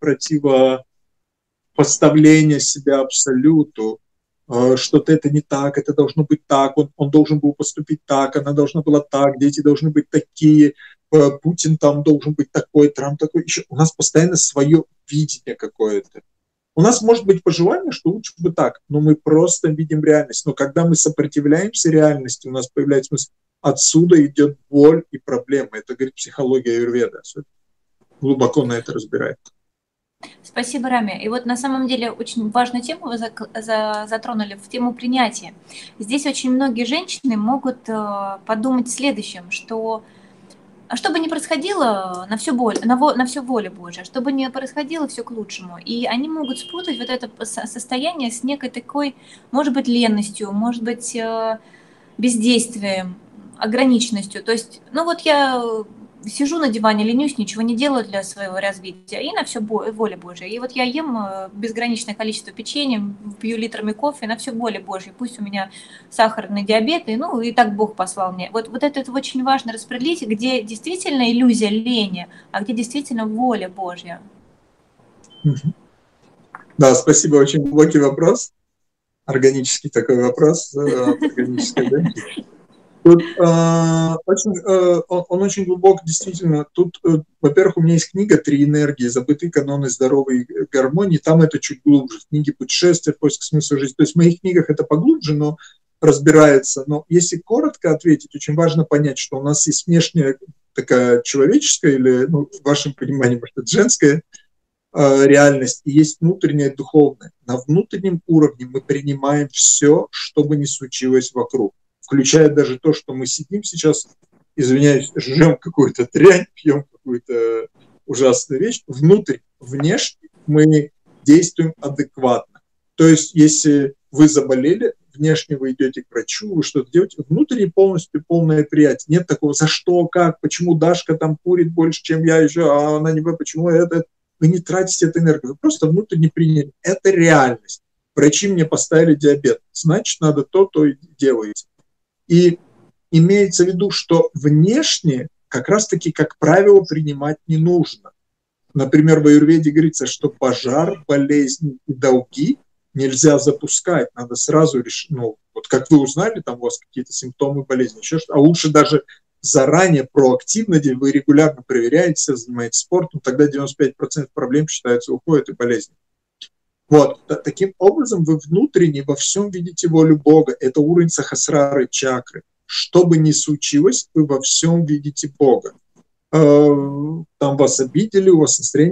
противопоставление себя абсолюту. Что-то это не так, это должно быть так, он, он должен был поступить так, она должна была так, дети должны быть такие, Путин там должен быть такой, Трамп такой. Еще у нас постоянно свое видение какое-то. У нас может быть пожелание, что лучше бы так, но мы просто видим реальность. Но когда мы сопротивляемся реальности, у нас появляется мысль, отсюда идет боль и проблемы. Это, говорит, психология аюрведа. Глубоко на это разбирает. Спасибо, Рами. И вот на самом деле очень важную тему вы затронули, в тему принятия. Здесь очень многие женщины могут подумать следующим, что что бы ни происходило, на все, боль, на, во, на все воля Божья, что бы ни происходило, все к лучшему. И они могут спутать вот это состояние с некой такой, может быть, ленностью, может быть, бездействием, ограниченностью. То есть, ну вот я сижу на диване, ленюсь, ничего не делаю для своего развития, и на все воля Божья. И вот я ем безграничное количество печенья, пью литрами кофе, на все воля Божья. Пусть у меня сахарный диабет, и, ну, и так Бог послал мне. Вот, вот это, это очень важно распределить, где действительно иллюзия лени, а где действительно воля Божья. Да, спасибо, очень глубокий вопрос. Органический такой вопрос от органической женщины. Тут, э, очень, э, он, он очень глубок, действительно. Тут, э, во-первых, у меня есть книга «Три энергии. Забытые каноны здоровой гармонии». Там это чуть глубже. В книге «Путешествие. Поиск смысла жизни». То есть в моих книгах это поглубже, но разбирается. Но если коротко ответить, очень важно понять, что у нас есть внешняя такая человеческая или, ну, в вашем понимании, может, это женская э, реальность, и есть внутренняя духовная. На внутреннем уровне мы принимаем все, что бы ни случилось вокруг, включая даже то, что мы сидим сейчас, извиняюсь, жрем какую-то дрянь, пьем какую-то ужасную вещь. Внутрь, внешне мы действуем адекватно. То есть, если вы заболели, внешне вы идете к врачу, вы что-то делаете, внутренне полностью полное приятие. Нет такого, за что, как, почему Дашка там курит больше, чем я еще, а она не знаю, почему это. Вы не тратите эту энергию, вы просто внутренне приняли. Это реальность. Врачи мне поставили диабет, значит, надо то, то и делаете. И имеется в виду, что внешне как раз-таки, как правило, принимать не нужно. Например, в аюрведе говорится, что пожар, болезни и долги нельзя запускать, надо сразу решить, ну, вот как вы узнали, там у вас какие-то симптомы болезни, еще что-то, а лучше даже заранее, проактивно, где вы регулярно проверяете, занимаетесь спортом, тогда девяносто пять процентов проблем, считается, уходят и болезни. Вот, таким образом вы внутренне во всем видите волю Бога. Это уровень сахасрары чакры. Что бы ни случилось, вы во всем видите Бога. Там вас обидели, у вас настроение.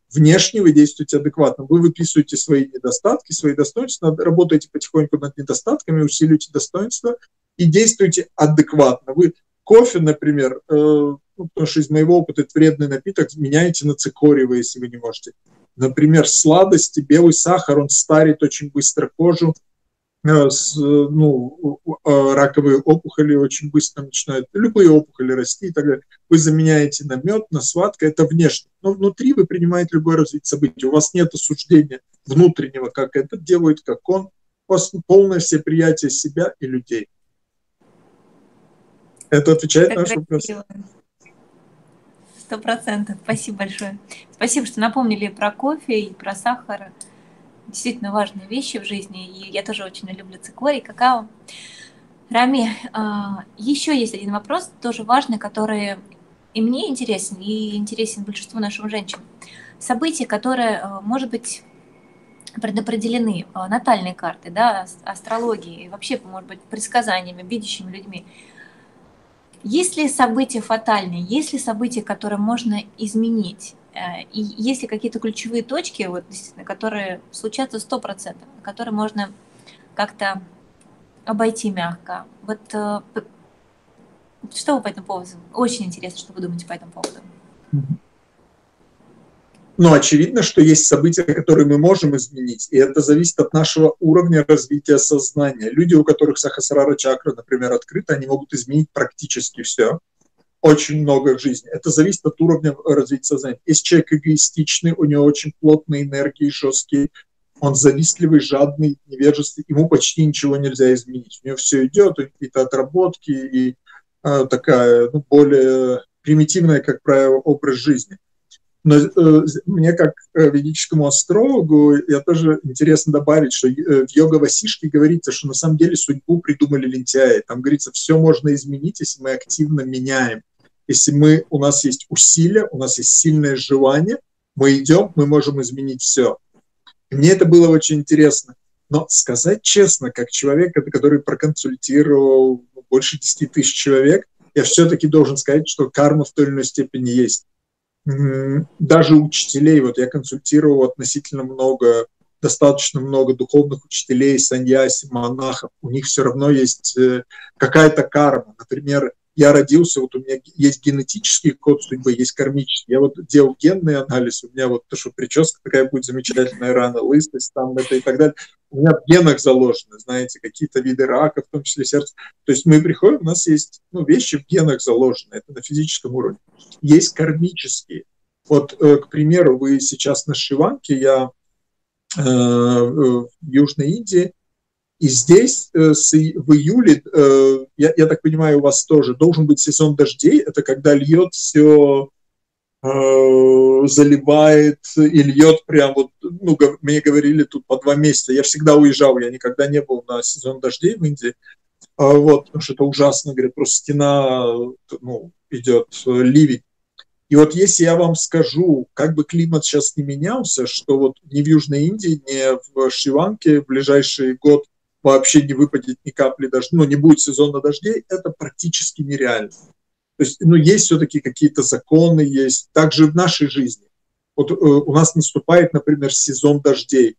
Внешне вы действуете адекватно, вы выписываете свои недостатки, свои достоинства, работаете потихоньку над недостатками, усиливаете достоинства и действуете адекватно. Вы кофе, например, э, ну, потому что из моего опыта это вредный напиток, меняете на цикорий, если вы не можете. Например, сладости, белый сахар, он старит очень быстро кожу, э, с, ну, э, раковые опухоли очень быстро начинают, любые опухоли расти и так далее. Вы заменяете на мед, на сладкое, это внешне. Но внутри вы принимаете любое развитие событий. У вас нет осуждения внутреннего, как это делает, как он. У вас полное всеприятие себя и людей. Это отвечает на ваш вопрос? Сто процентов. Спасибо большое. Спасибо, что напомнили про кофе и про сахар. Действительно важные вещи в жизни. И я тоже очень люблю цикорий, какао. Рами, еще есть один вопрос, тоже важный, который и мне интересен, и интересен большинству нашим женщин. События, которые, может быть, предопределены натальной картой, да, астрологией, вообще, может быть, предсказаниями, видящими людьми. Есть ли события фатальные, есть ли события, которые можно изменить? И есть ли какие-то ключевые точки, вот, действительно, которые случатся сто процентов, которые можно как-то обойти мягко? Вот что вы по этому поводу? Очень интересно, что вы думаете по этому поводу. Ну, очевидно, что есть события, которые мы можем изменить, и это зависит от нашего уровня развития сознания. Люди, у которых сахасрара чакра, например, открыта, они могут изменить практически все, очень много в жизни. Это зависит от уровня развития сознания. Если человек эгоистичный, у него очень плотные энергии, жесткие, он завистливый, жадный, невежественный, ему почти ничего нельзя изменить. У него все идет, какие-то отработки и э, такая, ну, более примитивная, как правило, образ жизни. Но э, мне, как э, ведическому астрологу, я тоже интересно добавить, что э, в йога-васишке говорится, что на самом деле судьбу придумали лентяи. Там говорится, все можно изменить, если мы активно меняем. Если мы, у нас есть усилия, у нас есть сильное желание, мы идем, мы можем изменить все. Мне это было очень интересно. Но сказать честно, как человек, который проконсультировал больше десяти тысяч человек, я все-таки должен сказать, что карма в той или иной степени есть. Даже учителей, вот я консультировал относительно много, достаточно много духовных учителей, саньяси, монахов, у них все равно есть какая-то карма. Например, я родился, вот у меня есть генетический код судьбы, есть кармический. Я вот делал генный анализ, у меня вот то, что прическа такая будет замечательная, рана, лысость, там это и так далее. У меня в генах заложены, знаете, какие-то виды рака, в том числе сердца. То есть мы приходим, у нас есть, ну, вещи в генах заложены, это на физическом уровне. Есть кармические. Вот, э, к примеру, вы сейчас на Шри-Ланке, я э, в Южной Индии, и здесь э, с, в июле, э, я, я так понимаю, у вас тоже должен быть сезон дождей, это когда льет все, э, заливает и льет прям вот, ну, мне говорили тут по два месяца, я всегда уезжал, я никогда не был на сезон дождей в Индии, а, вот, потому что это ужасно, говорят, просто стена, ну, идет, ливень. И вот если я вам скажу, как бы климат сейчас не менялся, что вот ни в Южной Индии, ни в Шри-Ланке в ближайший год вообще не выпадет ни капли дождя, ну, не будет сезона дождей, это практически нереально. То есть, ну, есть все-таки какие-то законы, есть. Также в нашей жизни. Вот э, у нас наступает, например, сезон дождей.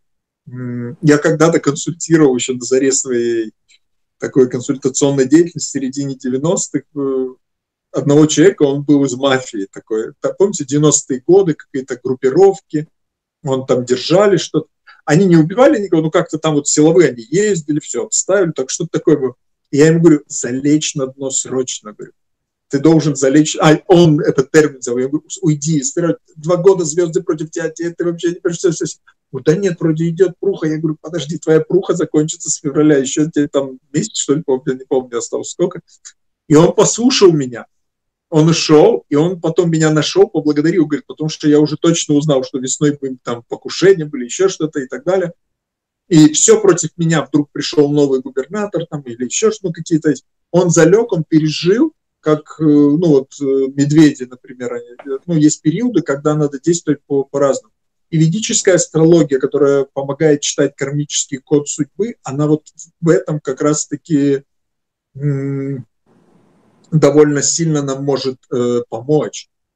Я когда-то консультировал еще на заре своей такой консультационной деятельности в середине девяностых э, одного человека, он был из мафии такой. Помните, девяностые годы, какие-то группировки, он там держали что-то. Они не убивали никого, ну как-то там вот силовые они ездили, все, отставили, так что-то такое было. И я ему говорю, залечь на дно срочно, говорю. Ты должен залечь, а он этот термин взял, я говорю, уйди, два года звезды против тебя, ты вообще не понимаешь. Да нет, вроде идет пруха, я говорю, подожди, твоя пруха закончится с февраля, еще тебе там месяц, что ли, помню, не помню, осталось сколько. И он послушал меня. Он ушел, и он потом меня нашел, поблагодарил, говорит, потому что я уже точно узнал, что весной были там покушения, были еще что-то и так далее. И все против меня. Вдруг пришел новый губернатор там, или еще что-то какие-то. Он залег, он пережил, как, ну вот, медведи, например. Они, ну, есть периоды, когда надо действовать по, по-разному. И ведическая астрология, которая помогает читать кармический код судьбы, она вот в этом как раз-таки м- довольно сильно нам может э, помочь,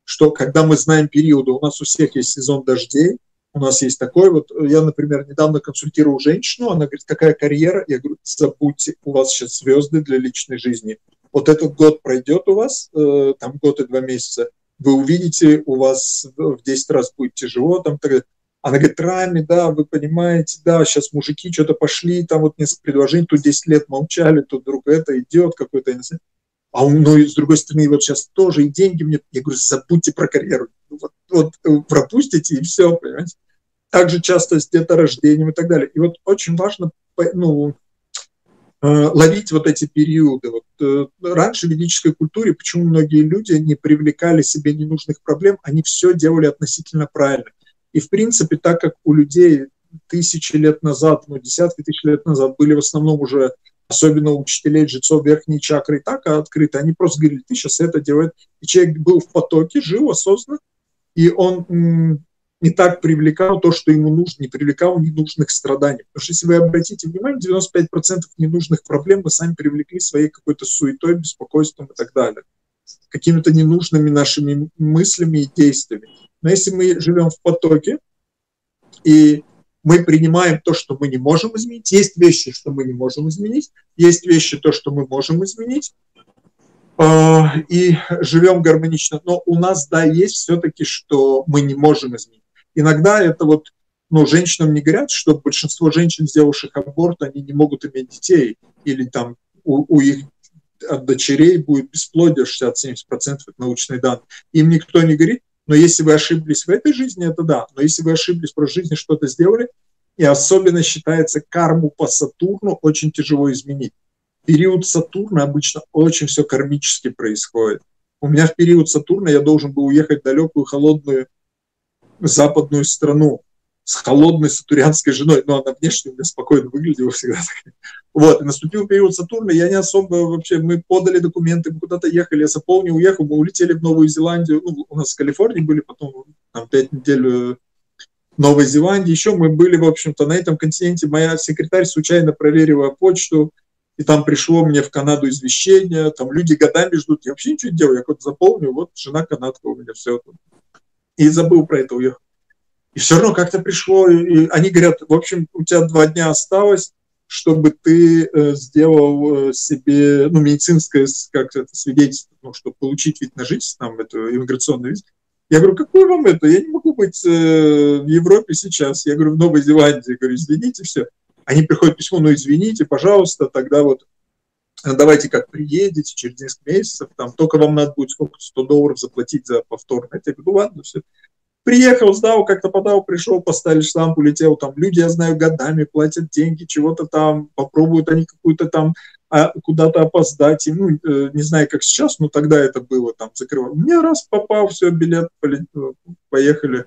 что когда мы знаем периоды, у нас у всех есть сезон дождей, у нас есть такой вот, я, например, недавно консультировал женщину, она говорит, какая карьера? Я говорю, забудьте, у вас сейчас звезды для личной жизни. Вот этот год пройдет у вас, э, там год и два месяца, вы увидите, у вас в десять раз будет тяжело, там, так, она говорит, Рами, да, вы понимаете, да, сейчас мужики что-то пошли, там вот несколько предложений, тут десять лет молчали, тут вдруг это идет какой-то, а у ну, с другой стороны, вот сейчас тоже и деньги мне, я говорю, забудьте про карьеру, вот, вот пропустите и все, понимаете. Также часто с деторождением и так далее. И вот очень важно, ну, ловить вот эти периоды. Вот, раньше в ведической культуре, почему многие люди не привлекали себе ненужных проблем, они все делали относительно правильно. И в принципе, так как у людей тысячи лет назад, ну, десятки тысяч лет назад были в основном уже, особенно у учителей, жрецов, верхние чакры и так открыты, они просто говорили, ты сейчас это делаешь. И человек был в потоке, жил осознанно, и он м- не так привлекал то, что ему нужно, не привлекал ненужных страданий. Потому что если вы обратите внимание, девяносто пять процентов ненужных проблем мы сами привлекли своей какой-то суетой, беспокойством и так далее. Какими-то ненужными нашими мыслями и действиями. Но если мы живем в потоке, и мы принимаем то, что мы не можем изменить, есть вещи, что мы не можем изменить, есть вещи, то, что мы можем изменить, и живем гармонично. Но у нас, да, есть все-таки, что мы не можем изменить. Иногда это вот, ну, женщинам не говорят, что большинство женщин, сделавших аборт, они не могут иметь детей, или там у, у их от дочерей будет бесплодие шестьдесят-семьдесят процентов, это научные данные. Им никто не говорит, но если вы ошиблись в этой жизни, это да, но если вы ошиблись в прошлой жизни, что-то сделали, и особенно считается карму по Сатурну очень тяжело изменить. В период Сатурна обычно очень все кармически происходит. У меня в период Сатурна я должен был уехать в далекую, холодную западную страну с холодной сатурянской женой, но она внешне у меня спокойно выглядела всегда. Вот, и наступил период Сатурна, я не особо вообще, мы подали документы, мы куда-то ехали, я заполнил, уехал, мы улетели в Новую Зеландию, ну, у нас в Калифорнии были, потом там пять недель в Новой Зеландии, еще мы были, в общем-то, на этом континенте, моя секретарь случайно проверила почту, и там пришло мне в Канаду извещение, там люди годами ждут, я вообще ничего не делаю, я как-то заполнил, вот жена канадка у меня, все. И забыл про это, уехал. И все равно как-то пришло, и они говорят, в общем, у тебя два дня осталось, чтобы ты э, сделал себе, ну, медицинское как это, свидетельство, ну, чтобы получить вид на жительство, там, эту иммиграционную визу. Я говорю, какой вам это? Я не могу быть э, в Европе сейчас. Я говорю, в Новой Зеландии. Я говорю, извините, все. Они приходят письмо, ну, извините, пожалуйста, тогда вот давайте как приедете через несколько месяцев, там, только вам надо будет сколько, сто долларов заплатить за повторное. Я говорю, ну, ладно, все. Приехал, сдал, как-то подал, пришел, поставили штамп, улетел. Там люди, я знаю, годами платят деньги, чего-то там, попробуют они какую-то там а, куда-то опоздать. И, ну, э, не знаю, как сейчас, но тогда это было там закрывать. Мне раз попал, все, билет, поехали.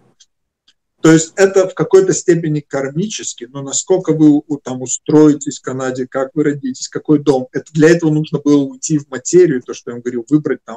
То есть это в какой-то степени кармически, но насколько вы там устроитесь в Канаде, как вы родитесь, какой дом. Это, для этого нужно было уйти в материю, то, что я вам говорил, выбрать там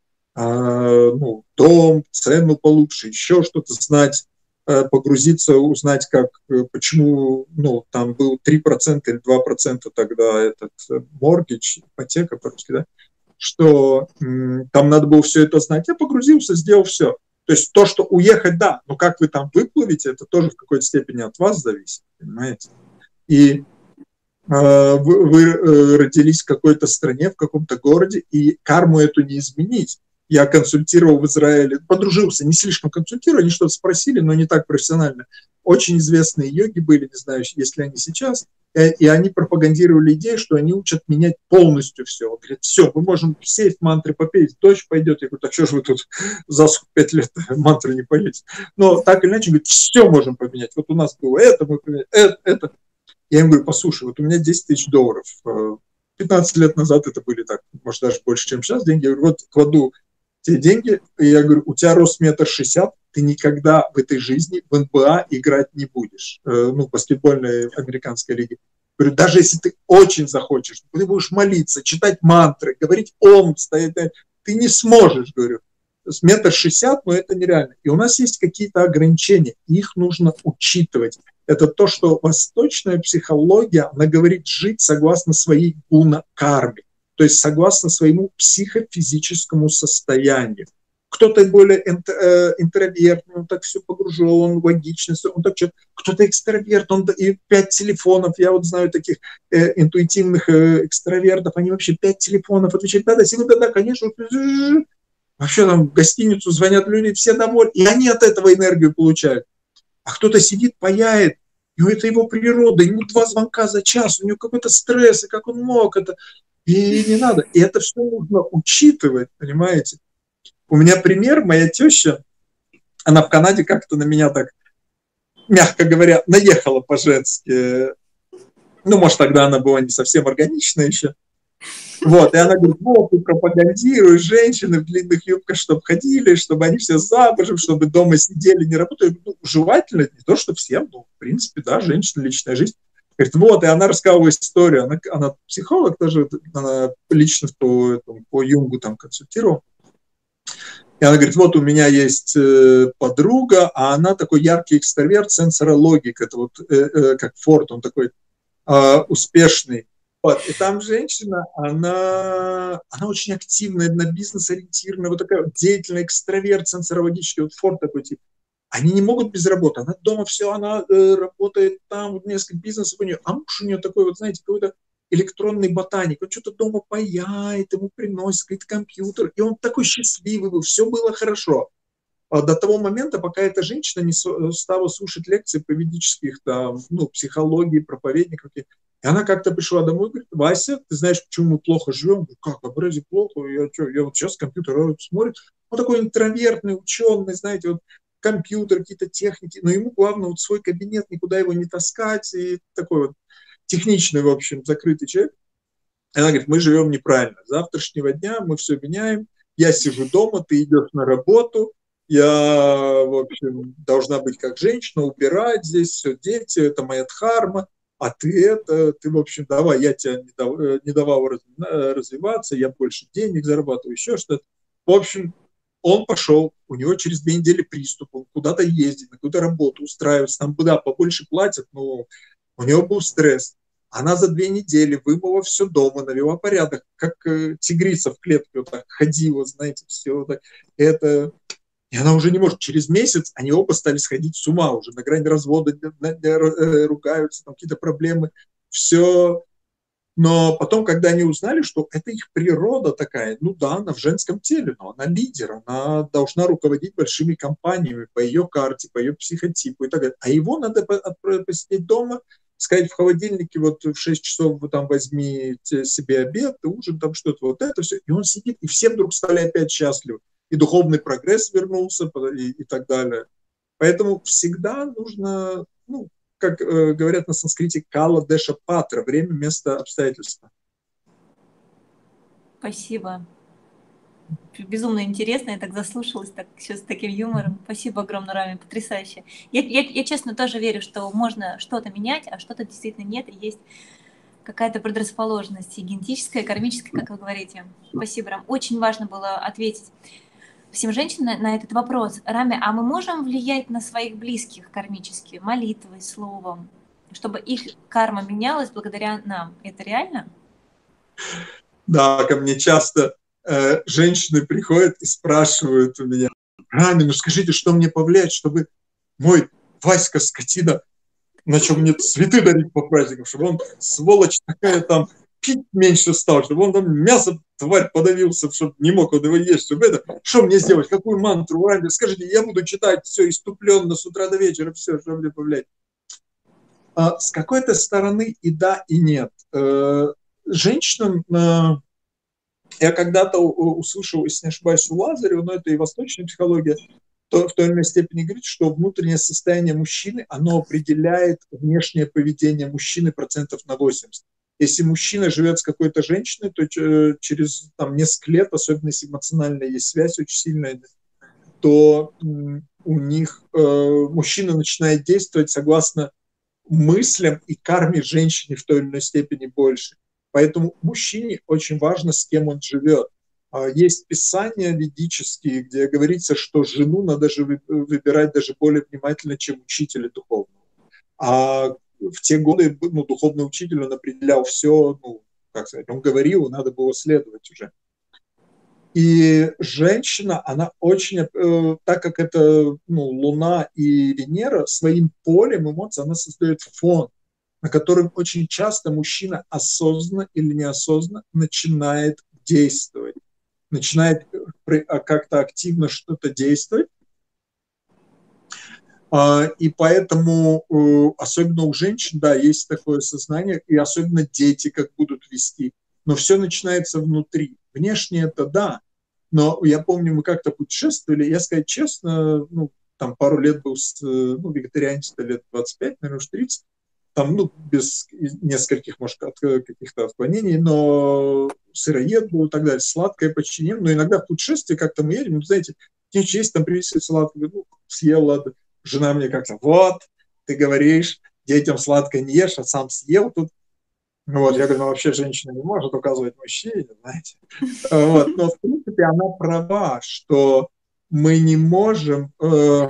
ну, дом, цену получше, еще что-то знать, погрузиться, узнать, как, почему, ну, там был три процента или два процента тогда этот моргидж, ипотека по-русски, да, что м, там надо было все это знать. Я погрузился, сделал все. То есть то, что уехать, да, но как вы там выплывете, это тоже в какой-то степени от вас зависит, понимаете? И э, вы, вы э, родились в какой-то стране, в каком-то городе, и карму эту не изменить. Я консультировал в Израиле, подружился, не слишком консультирую, они что-то спросили, но не так профессионально. Очень известные йоги были, не знаю, есть ли они сейчас, и они пропагандировали идею, что они учат менять полностью все. Говорят, все, мы можем все мантры попеть, дождь пойдет. Я говорю, так что же вы тут за пять лет мантры не поете? Но так или иначе, говорят, все можем поменять. Вот у нас было это, мы поменяли, это, это. Я им говорю, послушай, вот у меня десять тысяч долларов. пятнадцать лет назад это были так, может даже больше, чем сейчас деньги. Я говорю, вот кладу те деньги, и я говорю, у тебя рост метр шестьдесят, ты никогда в этой жизни в эн бэ а играть не будешь, э, ну, баскетбольной американской лиге. Говорю, даже если ты очень захочешь, ты будешь молиться, читать мантры, говорить ом, стоять, ты не сможешь, говорю. С метр шестьдесят, но это нереально. И у нас есть какие-то ограничения, их нужно учитывать. Это то, что восточная психология, она говорит жить согласно своей гуна-карме. То есть согласно своему психофизическому состоянию. Кто-то более интроверт, он так все погружен, логичность, он так что-то. Кто-то экстраверт, он и пять телефонов. Я вот знаю таких э, интуитивных э, экстравертов, они вообще пять телефонов отвечают. Да-да, секунда, да, конечно. Вообще там в гостиницу звонят люди, все довольны, и они от этого энергию получают. А кто-то сидит, паяет, и это его природа, ему два звонка за час, у него какой-то стресс, и как он мог это. И не надо. И это все нужно учитывать, понимаете? У меня пример, моя теща, она в Канаде как-то на меня так, мягко говоря, наехала по-женски. Ну, может, тогда она была не совсем органичная еще. Вот, и она говорит, вот, ты пропагандируешь женщины в длинных юбках, чтобы ходили, чтобы они все замужем, чтобы дома сидели, не работали. Ну, желательно, не то, что всем, но, в принципе, да, женщина, личная жизнь. Говорит, вот, и она рассказывала историю, она, она психолог тоже, она лично по, по Юнгу там консультировала. И она говорит, вот у меня есть э, подруга, а она такой яркий экстраверт, сенсорологик, это вот э, э, как Форд, он такой э, успешный. Вот. И там женщина, она, она очень активная, на бизнес ориентированная, вот такая деятельная, экстраверт, сенсорологический, вот Форд такой тип. Они не могут без работы, она дома все, она э, работает там, вот несколько бизнесов у нее, а муж у нее такой, вот знаете, какой-то электронный ботаник, он что-то дома паяет, ему приносит какой-то компьютер, и он такой счастливый был, все было хорошо. А до того момента, пока эта женщина не стала слушать лекции по ведических, там, ну, психологии, проповедников, и она как-то пришла домой и говорит, Вася, ты знаешь, почему мы плохо живем? Говорю, как, а вроде плохо, я, что, я вот сейчас компьютер смотрит, он такой интровертный, ученый, знаете, вот компьютер, какие-то техники, но ему главное вот свой кабинет, никуда его не таскать, и такой вот техничный, в общем, закрытый человек. И она говорит, мы живем неправильно. С завтрашнего дня мы все меняем. Я сижу дома, ты идешь на работу. Я, в общем, должна быть как женщина, убирать здесь все, дети, это моя дхарма. А ты это, ты, в общем, давай, я тебя не, дав, не давал развиваться, я больше денег зарабатываю, еще что-то. В общем, он пошел, у него через две недели приступ, он куда-то ездит, на какую-то работу устраивается, там куда побольше платят, но у него был стресс. Она за две недели вымыла все дома, навела порядок, как э, тигрица в клетке вот так ходила, знаете, все вот так. Это... И она уже не может. Через месяц они оба стали сходить с ума уже, на грани развода, ругаются, там какие-то проблемы, все. Но потом, когда они узнали, что это их природа такая, ну да, она в женском теле, но она лидер, она должна руководить большими компаниями по ее карте, по ее психотипу и так далее. А его надо посидеть дома, сказать в холодильнике, вот в шесть часов вы там возьми себе обед, ужин, там что-то, вот это все. И он сидит, и все вдруг стали опять счастливы. И духовный прогресс вернулся, и, и так далее. Поэтому всегда нужно, ну, как э, говорят на санскрите, кала деша патра, время, место, обстоятельства. Спасибо. Безумно интересно, я так заслушалась, так сейчас с таким юмором. Спасибо огромное, Рами, потрясающе. Я, я, я честно тоже верю, что можно что-то менять, а что-то действительно нет, и есть какая-то предрасположенность, и генетическая, и кармическая, как вы говорите. Спасибо, Рам. Очень важно было ответить всем женщинам на этот вопрос. Рами, а мы можем влиять на своих близких кармически, молитвой, словом, чтобы их карма менялась благодаря нам? Это реально? Да, ко мне часто э, женщины приходят и спрашивают у меня, Рами, ну скажите, что мне повлиять, чтобы мой Васька, скотина, начал мне цветы дарить по праздникам, чтобы он, сволочь такая, там, пить меньше стал, чтобы он там мясо, тварь, подавился, чтобы не мог он его есть, чтобы это, что мне сделать, какую мантру, Рами, скажите, я буду читать все иступленно с утра до вечера, все, что мне повлиять. А, с какой-то стороны и да, и нет. Э, женщинам, э, я когда-то услышал, если не ошибаюсь, у Лазарева, но это и восточная психология, то в той или иной степени говорит, что внутреннее состояние мужчины, оно определяет внешнее поведение мужчины процентов на восемьдесят. Если мужчина живет с какой-то женщиной, то через там, несколько лет, особенно если эмоциональная есть связь очень сильная, то у них э, мужчина начинает действовать согласно мыслям и карме женщины в той или иной степени больше. Поэтому мужчине очень важно, с кем он живет. Есть писания ведические, где говорится, что жену надо же выбирать даже более внимательно, чем учителя духовного. А в те годы ну, духовный учитель, он определял все, ну, как сказать, он говорил, надо было следовать уже. И женщина, она очень, э, так как это ну, Луна и Венера, своим полем эмоций она создает фон, на котором очень часто мужчина осознанно или неосознанно начинает действовать, начинает как-то активно что-то действовать. И поэтому, особенно у женщин, да, есть такое сознание, и особенно дети как будут вести. Но все начинается внутри. Внешне это да, но я помню, мы как-то путешествовали, я, сказать честно, ну, там пару лет был, ну, вегетарианец, лет двадцать пять, наверное, уж тридцать, там, ну, без нескольких, может, каких-то отклонений, но сыроед был и так далее, сладкое почти не, но иногда в путешествии как-то мы едем, ну, знаете, нечего есть, там принесли сладкое, ну, съел, ладно. Жена мне как-то, вот, ты говоришь, детям сладкое не ешь, а сам съел тут. Вот, я говорю, ну вообще женщина не может указывать мужчине, знаете. Вот, но в принципе она права, что мы не можем э,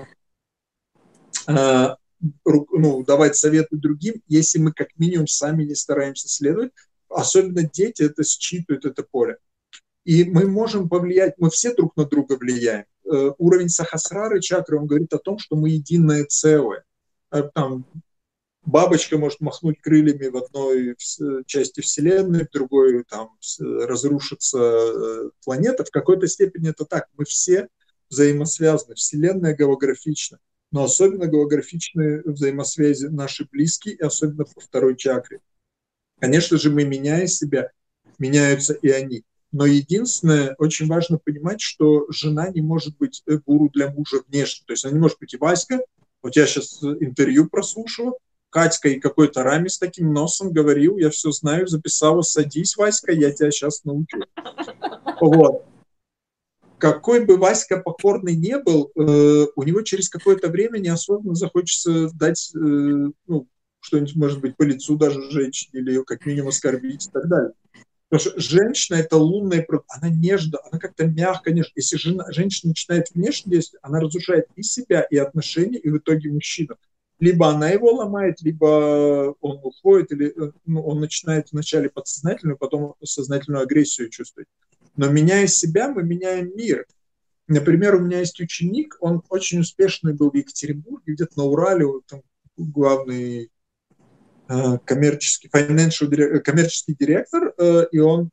э, ну, давать советы другим, если мы как минимум сами не стараемся следовать. Особенно дети это считывают, это поле. И мы можем повлиять, мы все друг на друга влияем. Э, уровень сахасрары чакры, он говорит о том, что мы единое целое. Там бабочка может махнуть крыльями в одной части Вселенной, в другой там разрушится планета. В какой-то степени это так. Мы все взаимосвязаны. Вселенная голографична. Но особенно голографичны взаимосвязи наши близкие, и особенно по второй чакре. Конечно же, мы, меняя себя, меняются и они. Но единственное, очень важно понимать, что жена не может быть гуру для мужа внешне. То есть она не может быть и Васька. Вот я сейчас интервью прослушала, Катька и какой-то Рами с таким носом говорил, я все знаю, записала, садись, Васька, я тебя сейчас научу. Вот. Какой бы Васька покорный не был, э, у него через какое-то время неосознанно захочется дать, э, ну, что-нибудь, может быть, по лицу даже женщине, или ее как минимум оскорбить и так далее. Потому что женщина – это лунная, она нежна, она как-то мягко, нежна. Если жена, женщина начинает внешне действовать, она разрушает и себя, и отношения, и в итоге мужчину. Либо она его ломает, либо он уходит, или ну, он начинает вначале подсознательную, потом сознательную агрессию чувствовать. Но меняя себя, мы меняем мир. Например, у меня есть ученик, он очень успешный был в Екатеринбурге, где-то на Урале, там главный коммерческий, financial, коммерческий директор, и он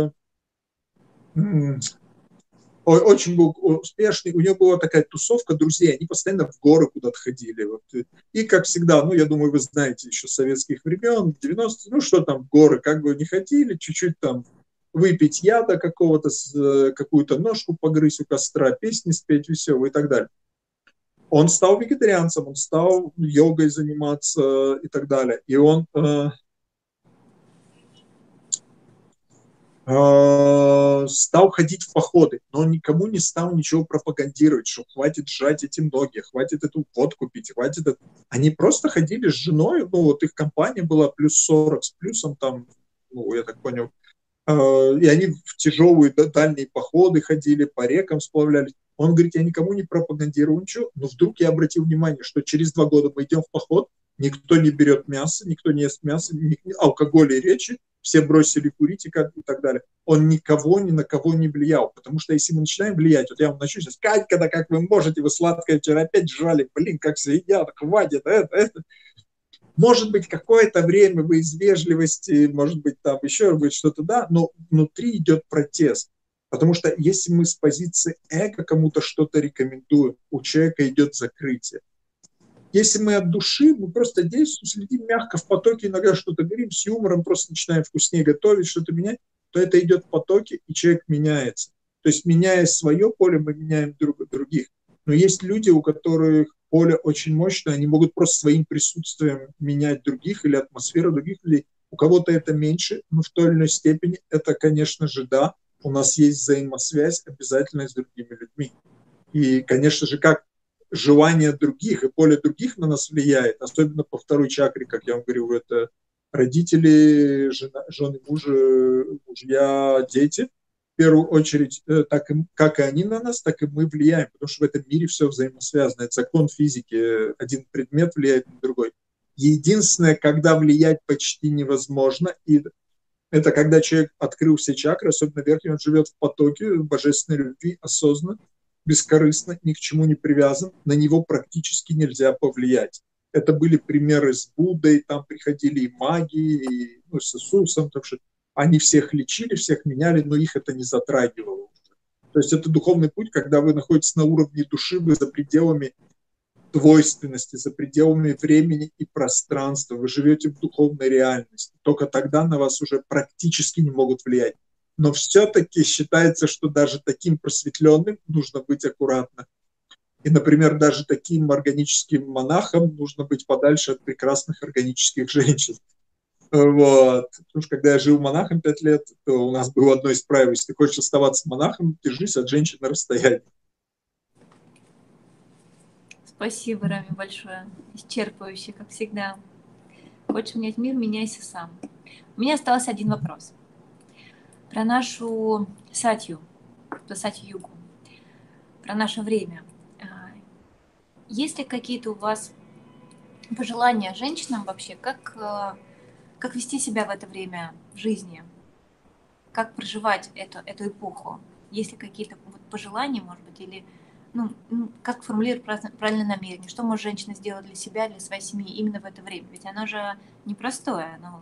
очень был успешный, у него была такая тусовка друзей, они постоянно в горы куда-то ходили. Вот. И, как всегда, ну, я думаю, вы знаете, еще с советских времен, девяностых, ну, что там, горы, как бы не ходили, чуть-чуть там выпить яда какого-то, какую-то ножку погрызть у костра, песни спеть веселые и так далее. Он стал вегетарианцем, он стал йогой заниматься и так далее. И он э, э, стал ходить в походы, но он никому не стал ничего пропагандировать, что хватит сжать эти ноги, хватит эту водку пить, хватит это. Они просто ходили с женой, ну вот их компания была плюс сорок с плюсом там, ну я так понял, э, и они в тяжелые дальние походы ходили, по рекам сплавлялись. Он говорит, я никому не пропагандирую ничего, но вдруг я обратил внимание, что через два года мы идем в поход, никто не берет мясо, никто не ест мясо, алкоголя и речи, все бросили курить и, как, и так далее. Он никого, ни на кого не влиял, потому что если мы начинаем влиять, вот я вам начну сейчас, Катька, да как вы можете, вы сладкое вчера опять жрали, блин, как все едят, хватит, это, это. Может быть, какое-то время вы из вежливости, может быть, там еще будет что-то, да, но внутри идет протест. Потому что если мы с позиции эго кому-то что-то рекомендуем, у человека идет закрытие. Если мы от души, мы просто действуем, следим мягко в потоке, иногда что-то говорим, с юмором просто начинаем вкуснее готовить, что-то менять, то это идет в потоке, и человек меняется. То есть, меняя свое поле, мы меняем друг, других. Но есть люди, у которых поле очень мощное, они могут просто своим присутствием менять других или атмосферу других людей. У кого-то это меньше, но в той или иной степени это, конечно же, да, у нас есть взаимосвязь обязательно с другими людьми. И, конечно же, как желание других и поле других на нас влияет, особенно по второй чакре, как я вам говорил, это родители, жена, жены, мужа, мужья, дети. В первую очередь, так и, как и они на нас, так и мы влияем, потому что в этом мире все взаимосвязано. Это закон физики. Один предмет влияет на другой. Единственное, когда влиять почти невозможно, и Это когда человек открыл все чакры, особенно верхний, он живет в потоке божественной любви, осознанно, бескорыстно, ни к чему не привязан, на него практически нельзя повлиять. Это были примеры с Буддой, там приходили и маги, и, ну, с Иисусом, так что они всех лечили, всех меняли, но их это не затрагивало. То есть это духовный путь, когда вы находитесь на уровне души, вы за пределами двойственности, за пределами времени и пространства, вы живете в духовной реальности. Только тогда на вас уже практически не могут влиять. Но все-таки считается, что даже таким просветленным нужно быть аккуратно. И, например, даже таким органическим монахам нужно быть подальше от прекрасных органических женщин. Вот. Потому что когда я жил монахом пять лет, то у нас было одно из правил: если ты хочешь оставаться монахом, держись от женщин на расстоянии. Спасибо, Рами, большое. Исчерпывающе, как всегда. Хочешь менять мир, меняйся сам. У меня остался один вопрос. Про нашу сатью, про сатью-югу, про наше время. Есть ли какие-то у вас пожелания женщинам вообще, как, как вести себя в это время в жизни? Как проживать эту, эту эпоху? Есть ли какие-то вот пожелания, может быть, или ну, как формулировать правильное намерение? Что может женщина сделать для себя, для своей семьи именно в это время? Ведь оно же непростое. Оно...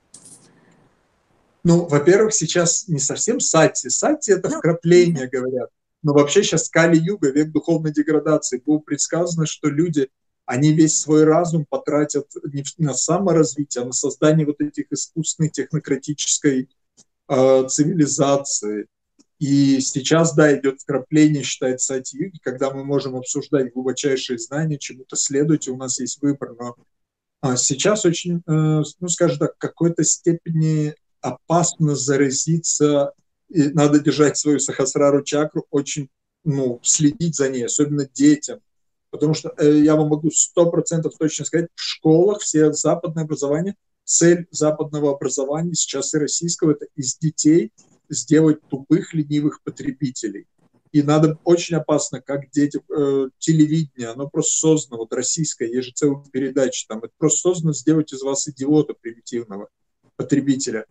Ну, во-первых, сейчас не совсем сати. Сати – это ну, вкрапление, да. Говорят. Но вообще сейчас Кали-юга, век духовной деградации. Было предсказано, что люди, они весь свой разум потратят не на саморазвитие, а на создание вот этих искусственной технократической э, цивилизации. И сейчас, да, идет вкрапление, считается, сати-юги, когда мы можем обсуждать глубочайшие знания, чему-то следовать, и у нас есть выбор. Но а сейчас очень, э, ну, скажем так, в какой-то степени опасно заразиться, и надо держать свою сахасрару чакру, очень, ну, следить за ней, особенно детям. Потому что э, я вам могу сто процентов точно сказать, в школах все западное образование, цель западного образования, сейчас и российского, это из детей сделать тупых, ленивых потребителей. И надо очень опасно, как дети, э, телевидение, оно просто создано, вот российское, есть же целая передача, там, это просто создано сделать из вас идиота примитивного потребителя.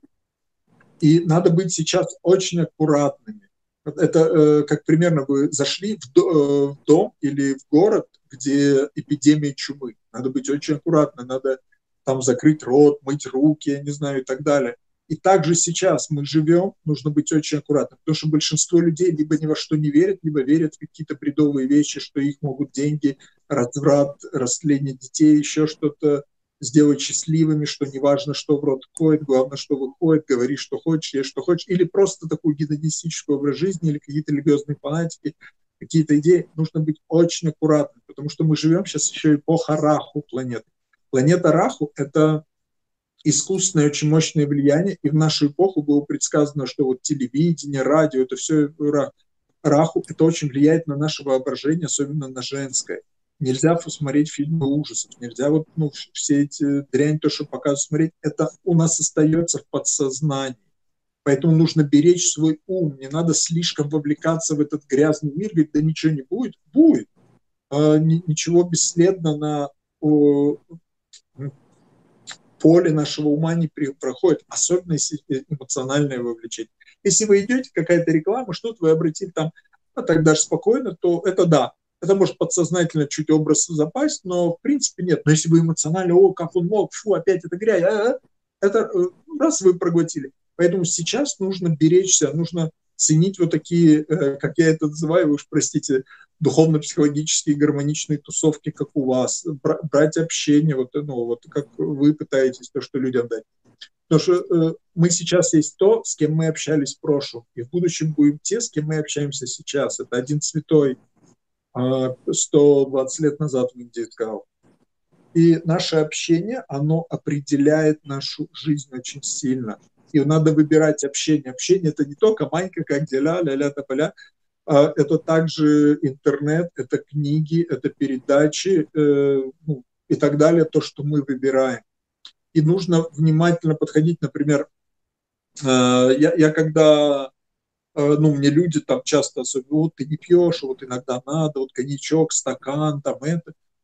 И надо быть сейчас очень аккуратными. Это э, как примерно вы зашли в, до, э, в дом или в город, где эпидемия чумы. Надо быть очень аккуратно, надо там закрыть рот, мыть руки, я не знаю, и так далее. И также сейчас мы живем, нужно быть очень аккуратным, потому что большинство людей либо ни во что не верят, либо верят в какие-то бредовые вещи, что их могут деньги, разврат, растление детей, еще что-то сделать счастливыми, что неважно, что в рот входит, главное, что выходит, говори, что хочешь, ешь, что хочешь, или просто такой гедонистический образ жизни, или какие-то религиозные фанатики, какие-то идеи. Нужно быть очень аккуратным, потому что мы живем сейчас еще эпоха Раху планеты. Планета Раху – это искусственное, очень мощное влияние, и в нашу эпоху было предсказано, что вот телевидение, радио, это все Раху, это очень влияет на наше воображение, особенно на женское. Нельзя смотреть фильмы ужасов, нельзя вот, ну, все эти дрянь, то, что показывают смотреть, это у нас остается в подсознании. Поэтому нужно беречь свой ум, не надо слишком вовлекаться в этот грязный мир, говорить, да ничего не будет, будет. А, ничего бесследно на о, поле нашего ума не проходит, особенно если эмоциональное вовлечение. Если вы идете, какая-то реклама, что-то вы обратите там, а так даже спокойно, то это да. Это может подсознательно чуть образ запасть, но в принципе нет. Но если вы эмоционально, о, как он мог, фу, опять это грязь, а-а-а, это раз вы проглотили. Поэтому сейчас нужно беречься, нужно ценить вот такие, как я это называю, вы уж простите, духовно-психологические гармоничные тусовки, как у вас, брать общение, вот, ну, вот как вы пытаетесь то, что людям дать. Потому что э, мы сейчас есть то, с кем мы общались в прошлом, и в будущем будем те, с кем мы общаемся сейчас. Это один святой сто двадцать лет назад в Индии сказал. И наше общение, оно определяет нашу жизнь очень сильно. И надо выбирать общение. Общение – это не только манька, как дела, ля-ля, тополя. Это также интернет, это книги, это передачи э, ну, и так далее, то, что мы выбираем. И нужно внимательно подходить, например, э, я, я когда... ну, мне люди там часто особенно, вот ты не пьешь, вот иногда надо, вот коньячок, стакан, там это.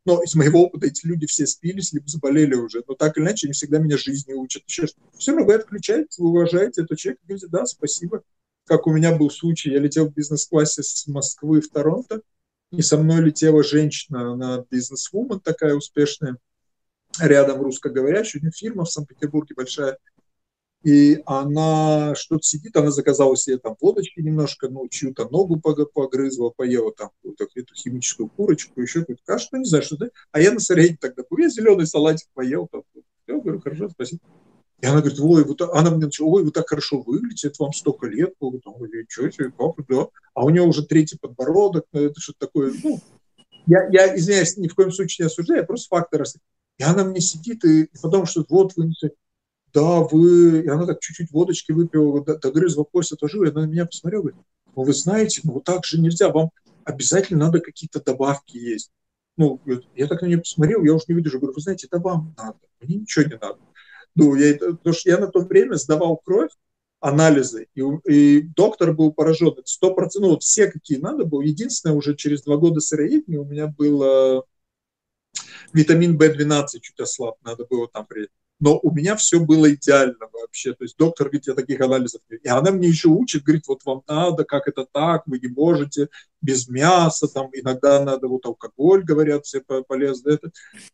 Но из моего опыта эти люди все спились, либо заболели уже. Но так или иначе, они всегда меня жизни учат. Еще что. Все равно вы отключаете, вы уважаете этого человека, говорите, да, спасибо. Как у меня был случай, я летел в бизнес-классе с Москвы в Торонто, и со мной летела женщина, она бизнес-вумен такая успешная, рядом русскоговорящая, у нее фирма в Санкт-Петербурге большая. И она что-то сидит, она заказала себе там водочки немножко, ну, чью-то ногу погрызла, поела там какую-то химическую курочку, еще какую-то кашу, ну, не знаю, что-то. А я на сырень тогда был, я зеленый салатик поел. Там. Я говорю, хорошо, спасибо. И она говорит, ой, вот, она мне начала, ой, вы так хорошо выглядите, это вам столько лет было. Там, что себе, как, да. А у нее уже третий подбородок, это что-то такое, ну, я, я, извиняюсь, ни в коем случае не осуждаю, я просто факты раз. И она мне сидит, и потом что-то, вот вы, да, вы, и она так чуть-чуть водочки выпила, догрызла кость, отложила, и она на меня посмотрела, говорит, ну, вы знаете, ну, вот так же нельзя, вам обязательно надо какие-то добавки есть. Ну, я так на нее посмотрел, я уже не выдержу, говорю, вы знаете, да вам надо, мне ничего не надо. Ну, я, потому что я на то время сдавал кровь, анализы, и, и доктор был поражен, это сто процентов, ну, вот все, какие надо было. Единственное, уже через два года сыроедения у меня был э, витамин бэ двенадцать чуть ослаб, надо было там при... Но у меня все было идеально вообще. То есть доктор говорит, я таких анализов нет. И она мне еще учит, говорит, вот вам надо, как это так, вы не можете без мяса, там иногда надо вот алкоголь, говорят, все полезно. Это.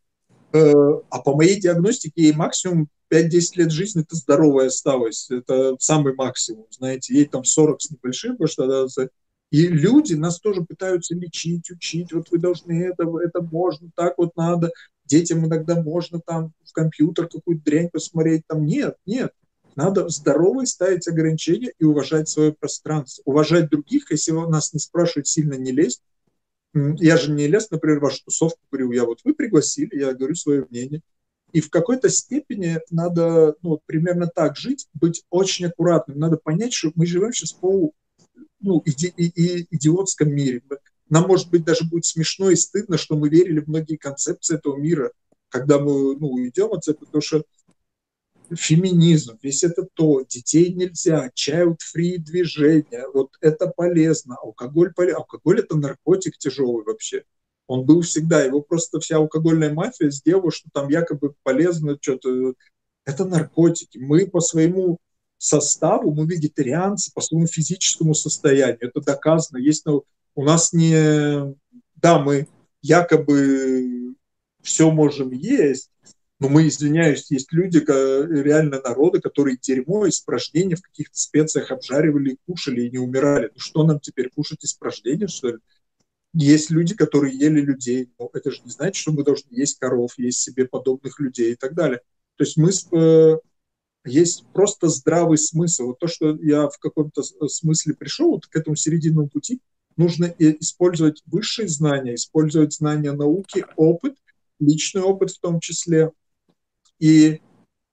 А по моей диагностике ей максимум пять-десять лет жизни это здоровая осталась. Это самый максимум, знаете. Ей там сорок с небольшим, потому что она... И люди нас тоже пытаются лечить, учить. Вот вы должны это, это можно, так вот надо. Детям иногда можно там в компьютер какую-то дрянь посмотреть. Там нет, нет. Надо здоровой ставить ограничения и уважать свое пространство. Уважать других, если нас не спрашивают, сильно не лезть. Я же не лез, например, в вашу тусовку, говорю, я вот вы пригласили, я говорю свое мнение. И в какой-то степени надо ну, примерно так жить, быть очень аккуратным. Надо понять, что мы живем сейчас по ну, иди, и, и идиотском мире. Нам, может быть, даже будет смешно и стыдно, что мы верили в многие концепции этого мира, когда мы ну, уйдем от этого, потому что феминизм, весь это то, детей нельзя, child-free движение, вот это полезно, алкоголь полезно, алкоголь это наркотик тяжелый вообще, он был всегда, его просто вся алкогольная мафия сделала, что там якобы полезно что-то, это наркотики, мы по своему составу, мы вегетарианцы, по своему физическому состоянию, это доказано, есть, ну, у нас не, да, мы якобы все можем есть, но мы, извиняюсь, есть люди, реально народы, которые дерьмо, испражнения в каких-то специях обжаривали, кушали и не умирали. Ну что нам теперь, кушать испражнения, что ли? Есть люди, которые ели людей, но это же не значит, что мы должны есть коров, есть себе подобных людей и так далее. То есть мы, э, есть просто здравый смысл. Вот то, что я в каком-то смысле пришел вот к этому серединному пути, нужно использовать высшие знания, использовать знания науки, опыт, личный опыт в том числе, и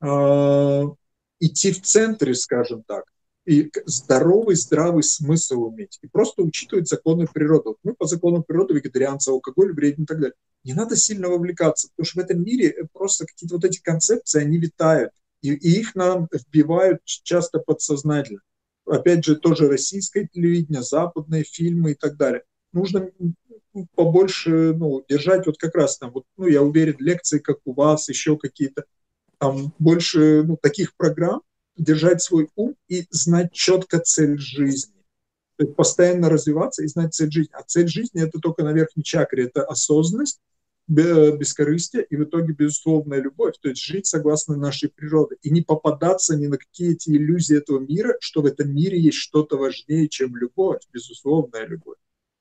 э, идти в центре, скажем так, и здоровый, здравый смысл уметь, и просто учитывать законы природы. Вот мы по закону природы вегетарианцы, алкоголь вреден и так далее. Не надо сильно вовлекаться, потому что в этом мире просто какие-то вот эти концепции, они витают, и, и их нам вбивают часто подсознательно. Опять же, тоже российское телевидение, западные фильмы и так далее. Нужно побольше ну, держать вот как раз там, вот, ну, я уверен, лекции, как у вас, еще какие-то, там больше ну, таких программ, держать свой ум и знать четко цель жизни. То есть постоянно развиваться и знать цель жизни. А цель жизни это только на верхней чакре, это осознанность, бескорыстие и в итоге безусловная любовь. То есть жить согласно нашей природе и не попадаться ни на какие эти иллюзии этого мира, что в этом мире есть что-то важнее, чем любовь, безусловная любовь.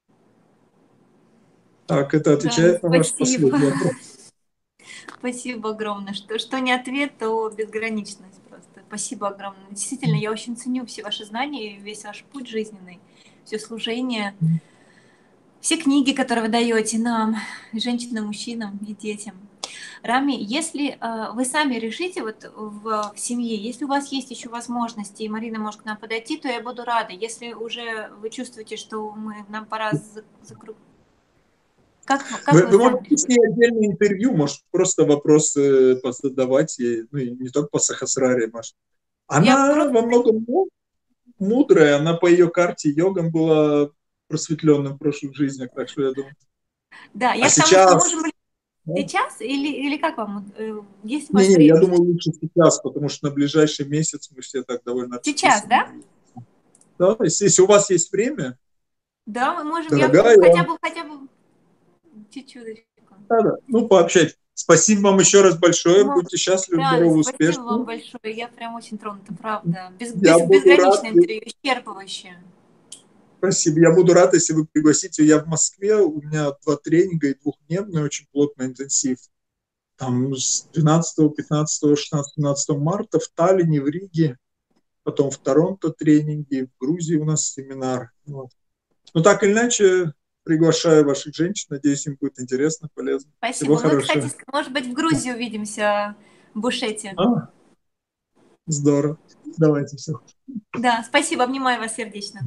Так, это отвечает да, на ваш последний вопрос. Спасибо огромное. Что, что не ответ, то безграничность просто. Спасибо огромное. Действительно, я очень ценю все ваши знания, весь ваш путь жизненный, все служение, все книги, которые вы даете нам, и женщинам, мужчинам, и детям. Рами, если э, вы сами решите вот в, в семье, если у вас есть еще возможности, и Марина может к нам подойти, то я буду рада. Если уже вы чувствуете, что мы, нам пора закрыть. Как, как вы, вы, вы можете с ней отдельное интервью, может, просто вопросы позадавать ей, ну, и не только по Сахасраре, может. Она просто... во многом мудрая, она по ее карте йогам была просветленным в прошлых жизнях, так что я думаю. Да, я а к тому, сейчас... что можем Сейчас или, или как вам? Э, Есть у вас Не-не, я время? думаю, лучше сейчас, потому что на ближайший месяц мы все так довольно Сейчас, да? расписаны. Да, если, если у вас есть время, Да, мы можем, я дорогая, хотя бы, хотя бы чуть-чуть. да, да, ну, пообщайтесь. Спасибо вам еще раз большое. Ну, Будьте счастливы, правда, здоровы, спасибо вам успешны. большое. Я прям очень тронута, правда. Без, Я без, буду рад, безграничное интервью, исчерпывающее. спасибо. Я буду рад, если вы пригласите. Я в Москве, у меня два тренинга и двухдневный, очень плотный интенсив. Там с двенадцатого, пятнадцатого, шестнадцатого, семнадцатого марта в Таллине, в Риге, потом в Торонто тренинги, в Грузии у нас семинар. Вот. Но так или иначе, приглашаю ваших женщин. Надеюсь, им будет интересно, полезно. Всего Спасибо. Мы, кстати, хорошего. с- может быть, в Грузии увидимся в Бушете. А, здорово. Давайте все. Да, спасибо, обнимаю вас сердечно.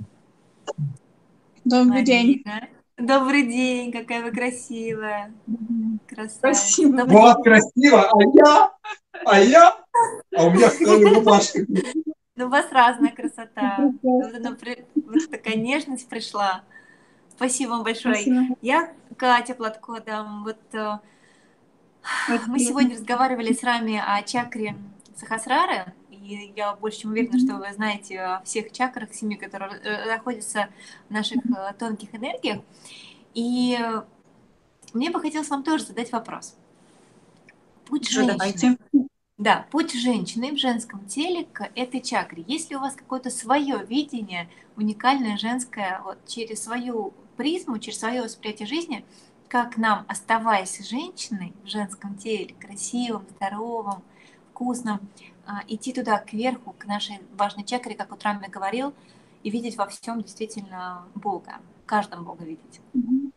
Добрый день. Марина. Добрый день, какая вы красивая. Красавица. Спасибо. Добрый Вот, день. красиво. А я? А я? А у меня вторая рубашка. Ну, у вас разная красота. Вот, Прекрасно. она при- вот такая нежность пришла. Спасибо вам большое. Спасибо. Я Катя Платко, да, вот э, Очень мы приятно. сегодня разговаривали с вами о чакре Сахасрары, и я больше чем уверена, что Мгм. вы знаете о всех чакрах семи, которые э, находятся в наших Мгм. э, тонких энергиях. И э, мне бы хотелось вам тоже задать вопрос. Путь женщины. Задавайте. Да, путь женщины в женском теле к этой чакре. Есть ли у вас какое-то свое видение, уникальное женское, вот через свою призму, через свое восприятие жизни, как нам, оставаясь женщиной в женском теле, красивым, здоровым, вкусным, а, идти туда, кверху, к нашей важной чакре, как вот Рами говорил, и видеть во всем действительно Бога, в каждом Бога видеть. Мгм.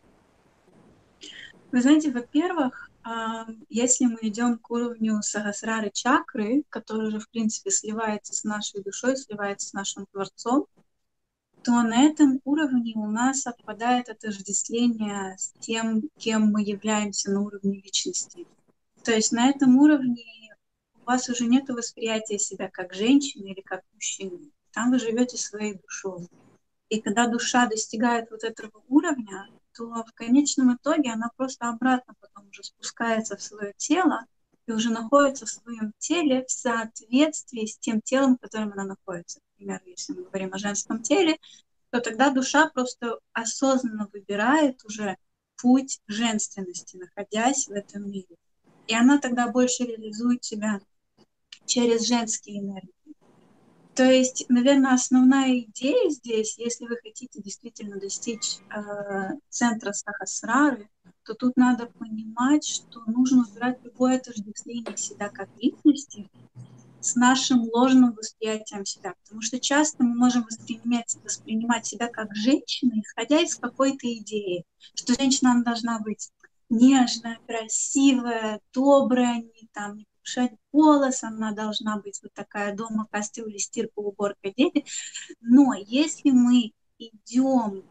Вы знаете, во-первых, а, если мы идем к уровню сахасрары чакры, который же, в принципе, сливается с нашей душой, сливается с нашим Творцом, то на этом уровне у нас совпадает отождествление с тем, кем мы являемся на уровне личности. То есть на этом уровне у вас уже нет восприятия себя как женщины или как мужчины. Там вы живете своей душой. И когда душа достигает вот этого уровня, то в конечном итоге она просто обратно потом уже спускается в свое тело и уже находится в своем теле в соответствии с тем телом, в котором она находится. Например, если мы говорим о женском теле, то тогда душа просто осознанно выбирает уже путь женственности, находясь в этом мире. И она тогда больше реализует себя через женские энергии. То есть, наверное, основная идея здесь, если вы хотите действительно достичь э, центра сахасрары, то тут надо понимать, что нужно убирать любое отождествление себя как личности с нашим ложным восприятием себя. Потому что часто мы можем воспринимать, воспринимать себя как женщину, исходя из какой-то идеи, что женщина она должна быть нежная, красивая, добрая, не, там, не повышать голос, она должна быть вот такая дома, кастрюля, стирка, уборка, дети. Но если мы идем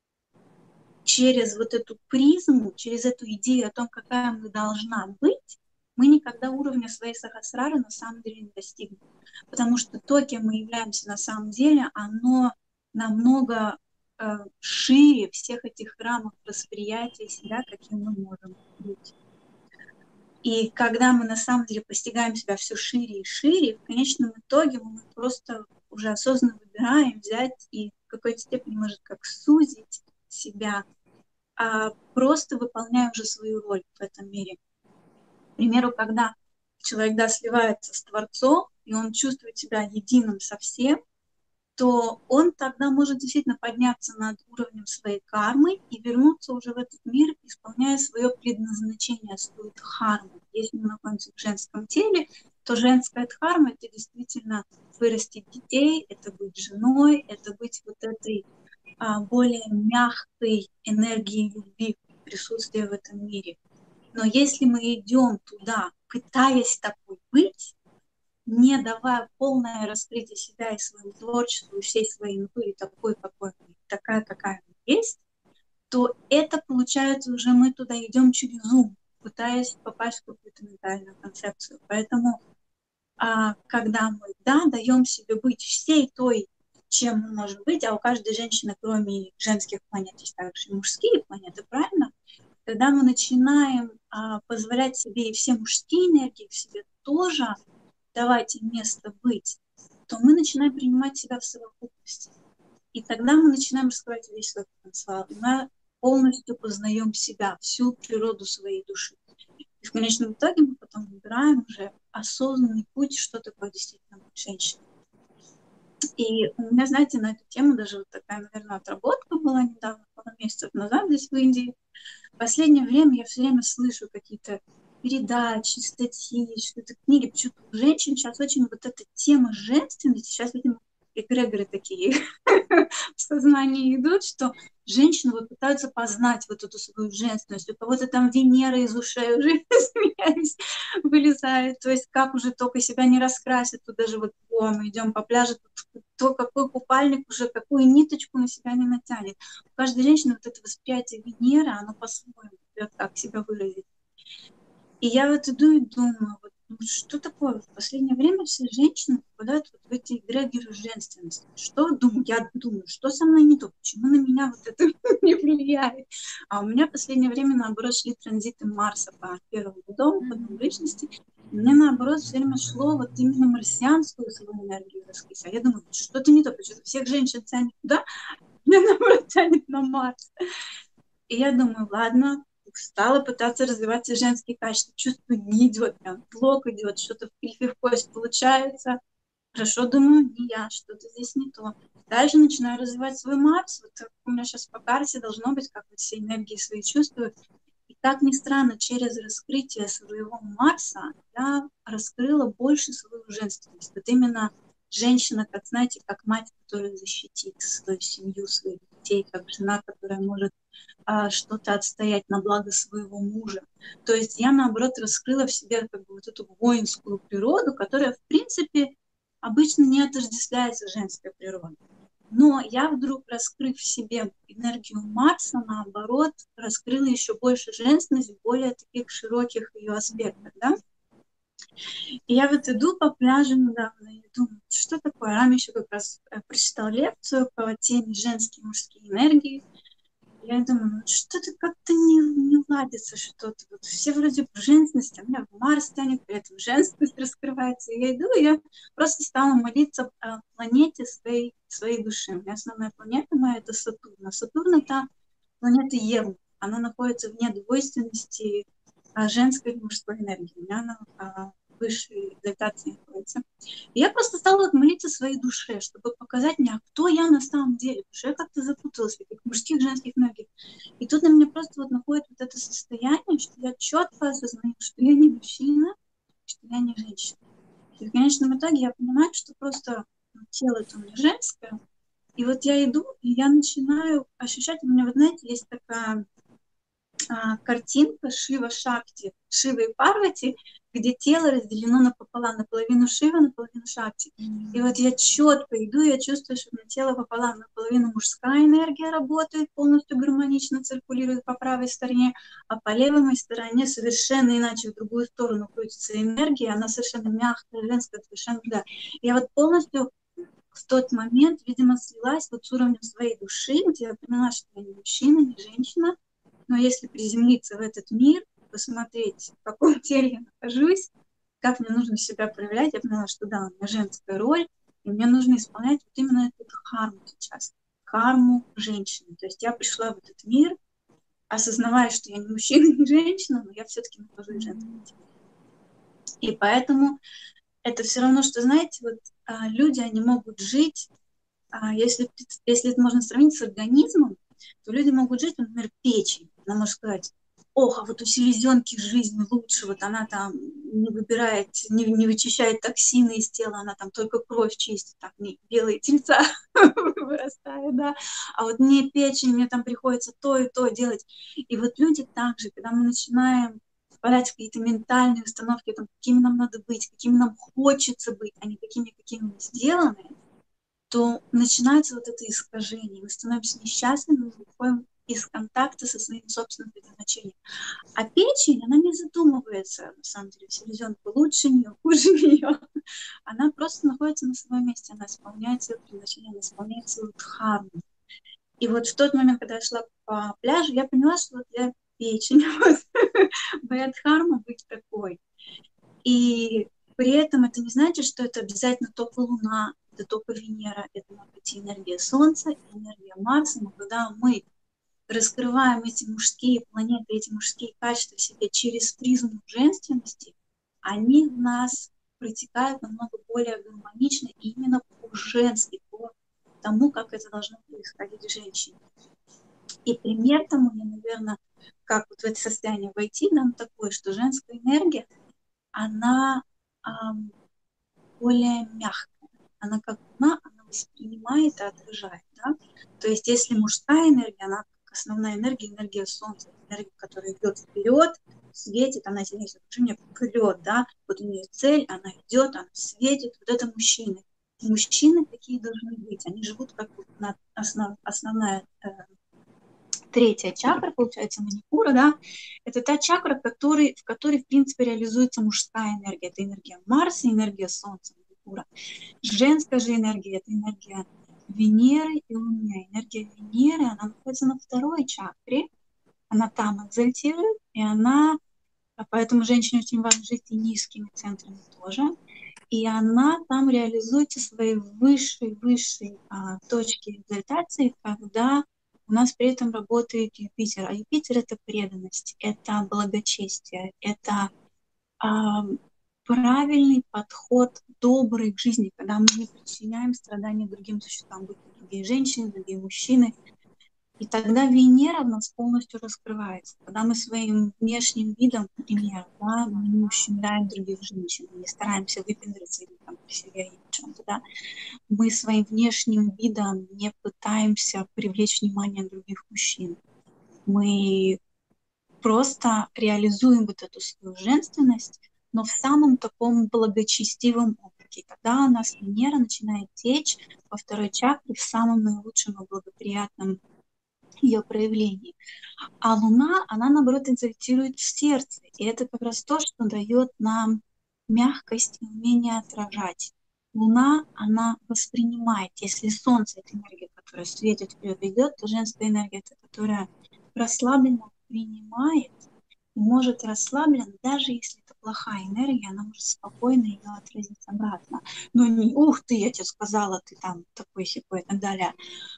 через вот эту призму, через эту идею о том, какая мы должна быть, мы никогда уровня своей сахасрары на самом деле не достигнем. Потому что то, кем мы являемся на самом деле, оно намного э, шире всех этих рамок восприятия себя, каким мы можем быть. И когда мы на самом деле постигаем себя все шире и шире, в конечном итоге мы просто уже осознанно выбираем взять и в какой-то степени, может, как сузить себя, а просто выполняя уже свою роль в этом мире. К примеру, когда человек да, сливается с Творцом, и он чувствует себя единым со всем, то он тогда может действительно подняться над уровнем своей кармы и вернуться уже в этот мир, исполняя свое предназначение, свою дхарму. Если мы находимся в женском теле, то женская дхарма — это действительно вырастить детей, это быть женой, это быть вот этой а, более мягкой энергией любви, присутствия в этом мире. Но если мы идем туда, пытаясь такой быть, не давая полное раскрытие себя и своему творчеству, и всей своей натуре такой, какой мы, такая, какая мы есть, то это, получается, уже мы туда идем через ум, пытаясь попасть в какую-то ментальную концепцию. Поэтому, а, когда мы, да, даем себе быть всей той, чем мы можем быть, а у каждой женщины, кроме женских планет, есть также и мужские планеты, правильно? когда мы начинаем а, позволять себе и все мужские энергии в себе тоже давать им место быть, то мы начинаем принимать себя в совокупности. И тогда мы начинаем раскрывать весь свой потенциал. И мы полностью познаем себя, всю природу своей души. И в конечном итоге мы потом выбираем уже осознанный путь, что такое действительно быть женщиной. И у меня, знаете, на эту тему даже вот такая, наверное, отработка была недавно, пару месяцев назад здесь в Индии. В последнее время я все время слышу какие-то передачи, статьи, что-то книги. Почему-то у женщин сейчас очень вот эта тема женственности, сейчас, видимо, эгрегоры такие в сознании идут, что женщины вот пытаются познать вот эту свою женственность. У кого-то там Венера из ушей уже, смеялись, вылезает. То есть как уже только себя не раскрасит, то даже вот о, мы идем по пляжу, то какой купальник уже, какую ниточку на себя не натянет. У каждой женщины вот это восприятие Венеры, оно по-своему, как себя выразить. И я вот иду и думаю, вот, ну, что такое? В последнее время все женщины попадают вот в эти эгрегоры женственности. Что думаю? Я думаю, что со мной не то? Почему на меня вот это не влияет? А у меня в последнее время, наоборот, шли транзиты Марса по первому дому, по дому личности. И мне, наоборот, все время шло вот именно марсианскую свою энергию раскрыть. А я думаю, что-то не то, почему всех женщин тянет туда, меня, наоборот, тянет на Марс. И я думаю, ладно, стала пытаться развивать все женские качества. Чувствую, не идет, прям блок идет, что-то в крифе в кость получается. Хорошо, думаю, не я, что-то здесь не то. Дальше начинаю развивать свой Марс. Вот у меня сейчас по карте должно быть, как вот все энергии свои чувствую. И как ни странно, через раскрытие своего Марса я раскрыла больше свою женственность. Вот именно женщина, как, знаете, как мать, которая защитит свою семью, своих детей, как жена, которая может а, что-то отстоять на благо своего мужа. То есть я, наоборот, раскрыла в себе как бы вот эту воинскую природу, которая, в принципе, обычно не отождествляется женской природой. Но я вдруг, раскрыв в себе энергию Марса, наоборот, раскрыла еще больше женственность в более таких широких ее аспектах, да? И я вот иду по пляжу недавно и думаю, что такое? Рами еще как раз прочитала лекцию по теме женские и мужские энергии. Я думаю, ну что-то как-то не, не ладится что-то. Вот все вроде в женственности, а меня в Марс тянет, при этом женственность раскрывается. И я иду, и я просто стала молиться о планете своей, своей души. У меня основная планета моя — это Сатурн. А Сатурн — это планета Евы. Она находится вне двойственности женской и мужской энергии. У меня она а, высшей экзальтации находится. И я просто стала молиться своей душе, чтобы показать мне, а кто я на самом деле. Потому что я как-то запуталась в этих мужских, женских энергиях. И тут на меня просто вот находит вот это состояние, что я четко осознаю, что я не мужчина, что я не женщина. И в конечном итоге я понимаю, что просто тело это у меня женское. И вот я иду, и я начинаю ощущать, у меня, вот знаете, есть такая а, картинка Шива Шакти, Шивы и Парвати, где тело разделено напополам, наполовину Шива, наполовину Шакти. Mm-hmm. И вот я четко иду, я чувствую, что у меня тело пополам, наполовину мужская энергия работает, полностью гармонично циркулирует по правой стороне, а по левой стороне совершенно иначе, в другую сторону крутится энергия, она совершенно мягкая, женская, совершенно да. Я вот полностью в тот момент, видимо, слилась вот с уровнем своей души, где я поняла, что я не мужчина, не женщина, но если приземлиться в этот мир, посмотреть, в каком теле я нахожусь, как мне нужно себя проявлять, я поняла, что да, у меня женская роль, и мне нужно исполнять вот именно эту харму сейчас, харму женщины. То есть я пришла в этот мир, осознавая, что я не мужчина, не женщина, но я все-таки нахожусь в женском теле. И поэтому это все равно, что, знаете, вот а, люди, они могут жить, а, если, если это можно сравнить с организмом, то люди могут жить, например, печень. Она может сказать, ох, а вот у селезенки жизнь лучше, вот она там не выбирает, не, не вычищает токсины из тела, она там только кровь чистит, так, не, белые тельца вырастают, да, а вот мне печень, мне там приходится то и то делать. И вот люди также, когда мы начинаем впадать в какие-то ментальные установки, там, какими нам надо быть, какими нам хочется быть, а не такими, какими мы сделаны, то начинается вот это искажение. Мы становимся несчастными, мы выходим из контакта со своим собственным предназначением. А печень, она не задумывается, на самом деле, селезенка лучше нее, хуже нее. Она просто находится на своем месте, она исполняет свое предназначение, она исполняет свою дхарму. И вот в тот момент, когда я шла по пляжу, я поняла, что вот я печень. Бхая-дхарма быть такой. И при этом это не значит, что это обязательно только Луна, это только Венера, это может быть и энергия Солнца, и энергия Марса. Но когда мы раскрываем эти мужские планеты, эти мужские качества в себе через призму женственности, они в нас протекают намного более гармонично и именно по-женски, по тому, как это должно происходить в женщине. И пример тому, я, наверное, как вот в это состояние войти, нам такое, что женская энергия, она эм, более мягкая. Она как луна, она воспринимает и отражает. Да? То есть если мужская энергия, она как основная энергия, энергия Солнца, энергия, которая идет вперед, светит, она несет движение вперед, да, вот у нее цель, она идет, она светит, вот это мужчины. Мужчины такие должны быть, они живут как вот на основ, основная э, третья чакра, получается, манипура, да, это та чакра, который, в которой, в принципе, реализуется мужская энергия, это энергия Марса, энергия Солнца, манипура. Женская же энергия, это энергия Венеры и Луны. Энергия Венеры, она находится на второй чакре, она там экзальтирует, и она, поэтому женщине очень важно жить и низкими центрами тоже, и она там реализует свои высшие, высшие а, точки экзальтации, когда у нас при этом работает Юпитер. А Юпитер — это преданность, это благочестие, это а, правильный подход, добрый к жизни, когда мы не причиняем страдания другим существам, будь то другие женщины, другие мужчины. И тогда Венера в нас полностью раскрывается. Когда мы своим внешним видом, например, да, мы не ущемляем других женщин, не стараемся выпендриться или там при себе или чем-то, да, мы своим внешним видом не пытаемся привлечь внимание других мужчин. Мы просто реализуем вот эту свою женственность, но в самом таком благочестивом облике. И тогда у нас Венера начинает течь во второй чакре в самом наилучшем и благоприятном ее проявлении. А Луна, она, наоборот, экзальтирует в сердце. И это как раз то, что дает нам мягкость и умение отражать. Луна, она воспринимает. Если Солнце — это энергия, которая светит вперед, идет, то женская энергия — это которая расслабленно принимает и может расслабленно, даже если это плохая энергия, она может спокойно ее отразить обратно. Но не «ух ты, я тебе сказала, ты там такой-сякой» и так далее.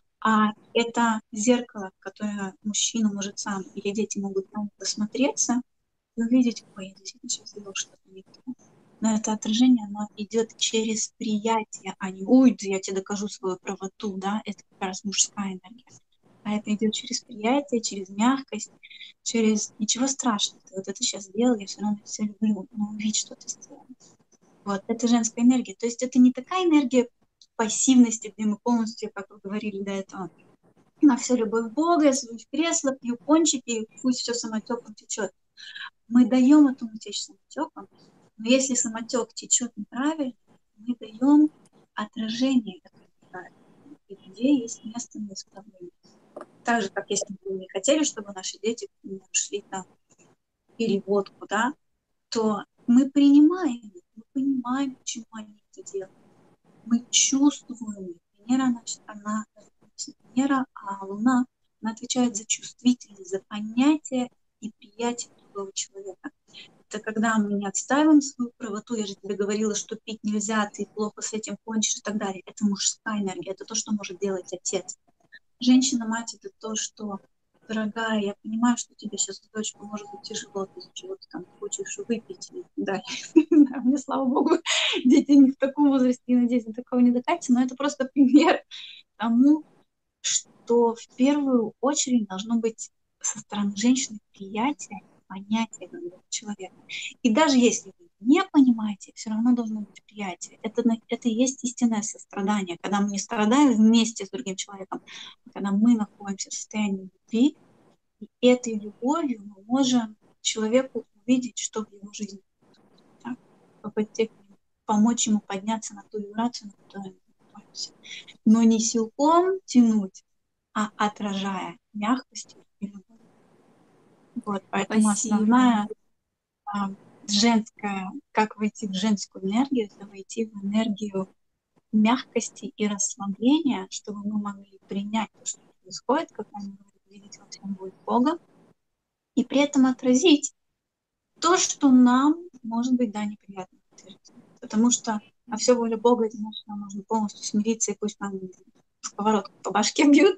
А это зеркало, в которое мужчина может сам или дети могут там посмотреться и увидеть: ой, я действительно сейчас сделал что-то не то. Но это отражение, оно идет через приятие, а не «ой, да я тебе докажу свою правоту», да, это как раз мужская энергия. А это идет через приятие, через мягкость, через «ничего страшного, ты вот это сейчас сделал, я все равно все люблю, но увидь, что ты сделал». Вот, это женская энергия. То есть это не такая энергия пассивности, где мы полностью, как вы говорили до этого, на все любовь Бога, я сажусь в кресло, пью пончики, и пусть все самотеком течет. Мы даем этому течь самотеком, но если самотек течет неправильно, мы даем отражение этого неправильного, и где есть место на исправление. Так же, как если бы мы не хотели, чтобы наши дети ушли там в переводку, да, то мы принимаем, мы понимаем, почему они это делают. Мы чувствуем. Венера, значит, она, Венера, а Луна, она отвечает за чувствительность, за понятие и приятие другого человека. Это когда мы не отстаиваем свою правоту, я же тебе говорила, что пить нельзя, ты плохо с этим кончишь и так далее. Это мужская энергия, это то, что может делать отец. Женщина-мать — это то, что: дорогая, я понимаю, что тебе сейчас, дочка, может быть тяжело, ты чего-то там хочешь выпить и так далее. Мне, слава богу, дети не в таком возрасте, и, надеюсь, до такого не докатятся, но это просто пример тому, что в первую очередь должно быть со стороны женщины приятие, понятие другого человека. И даже если вы не понимаете, все равно должно быть приятие. Это, это и есть истинное сострадание, когда мы не страдаем вместе с другим человеком, а когда мы находимся в состоянии любви, и этой любовью мы можем человеку увидеть, что в его жизни, да? Помочь ему подняться на ту вибрацию, на которой мы находимся. Но не силком тянуть, а отражая мягкостью и любовью. Вот, поэтому Спасибо. основная а, женская, как войти в женскую энергию, это войти в энергию мягкости и расслабления, чтобы мы могли принять то, что происходит, как они говорят, видеть во всем будет Бога, и при этом отразить то, что нам, может быть, да, неприятно. Потому что а все воля Бога, это значит, нам нужно полностью смириться, и пусть нам сковородку по башке бьют.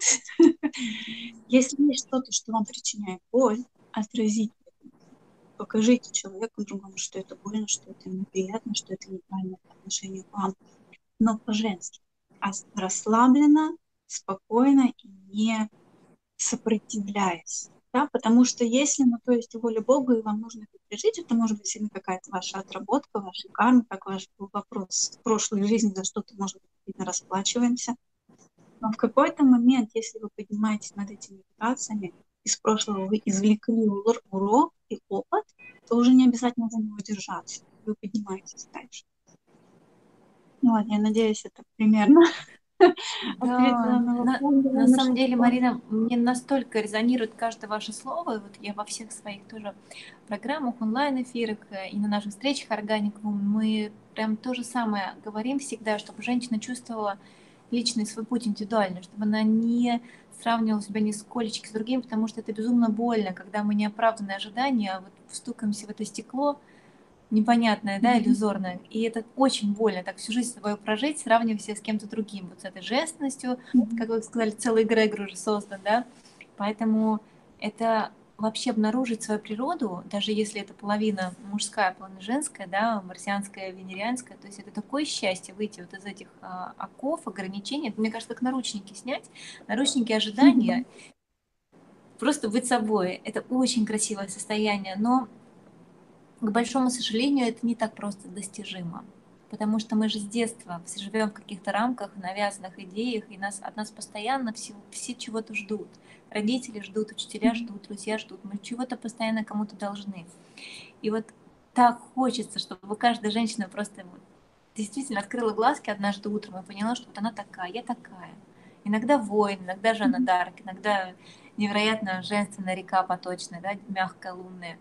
Если есть что-то, что вам причиняет боль, отразите. Покажите человеку другому, что это больно, что это неприятно, что это неправильно по отношению к вам. Но по-женски. А расслабленно, спокойно и не сопротивляясь. Да? Потому что если, ну, то есть воля Бога, и вам нужно это пережить, это может быть сильно какая-то ваша отработка, ваша карма, как ваш был вопрос в прошлой жизни, за что-то, может быть, расплачиваемся. Но в какой-то момент, если вы поднимаетесь над этими вибрациями, из прошлого вы извлекли урок и опыт, то уже не обязательно за него держаться. Вы поднимаетесь дальше. Ну ладно, я надеюсь, это примерно ответила Да, на на, вопрос. на самом деле, Марина, мне настолько резонирует каждое ваше слово, и вот я во всех своих тоже программах, онлайн-эфирах э, и на наших встречах органикум мы прям то же самое говорим всегда, чтобы женщина чувствовала личный свой путь индивидуально, чтобы она не сравнивала себя нисколечки с другим, потому что это безумно больно, когда мы неоправданные ожидания, а вот стукаемся в это стекло, непонятное, да, иллюзорное. И это очень больно, так всю жизнь с собой прожить, сравнивая себя с кем-то другим. Вот с этой женственностью, как вы сказали, целый эгрегор уже создан, да. Поэтому это вообще обнаружить свою природу, даже если это половина мужская, половина женская, да, марсианская, венерианская, то есть это такое счастье выйти вот из этих а, оков, ограничений. Это, мне кажется, как наручники снять, наручники ожидания, просто быть собой. Это очень красивое состояние, но к большому сожалению, это не так просто достижимо, потому что мы же с детства все живем в каких-то рамках, навязанных идеях, и нас, от нас постоянно все, все чего-то ждут. Родители ждут, учителя ждут, друзья ждут, мы чего-то постоянно кому-то должны. И вот так хочется, чтобы каждая женщина просто вот действительно открыла глазки однажды утром и поняла, что вот она такая, я такая. Иногда воин, иногда Жанна Дарк, иногда невероятно женственная река поточная, да, мягкая, лунная.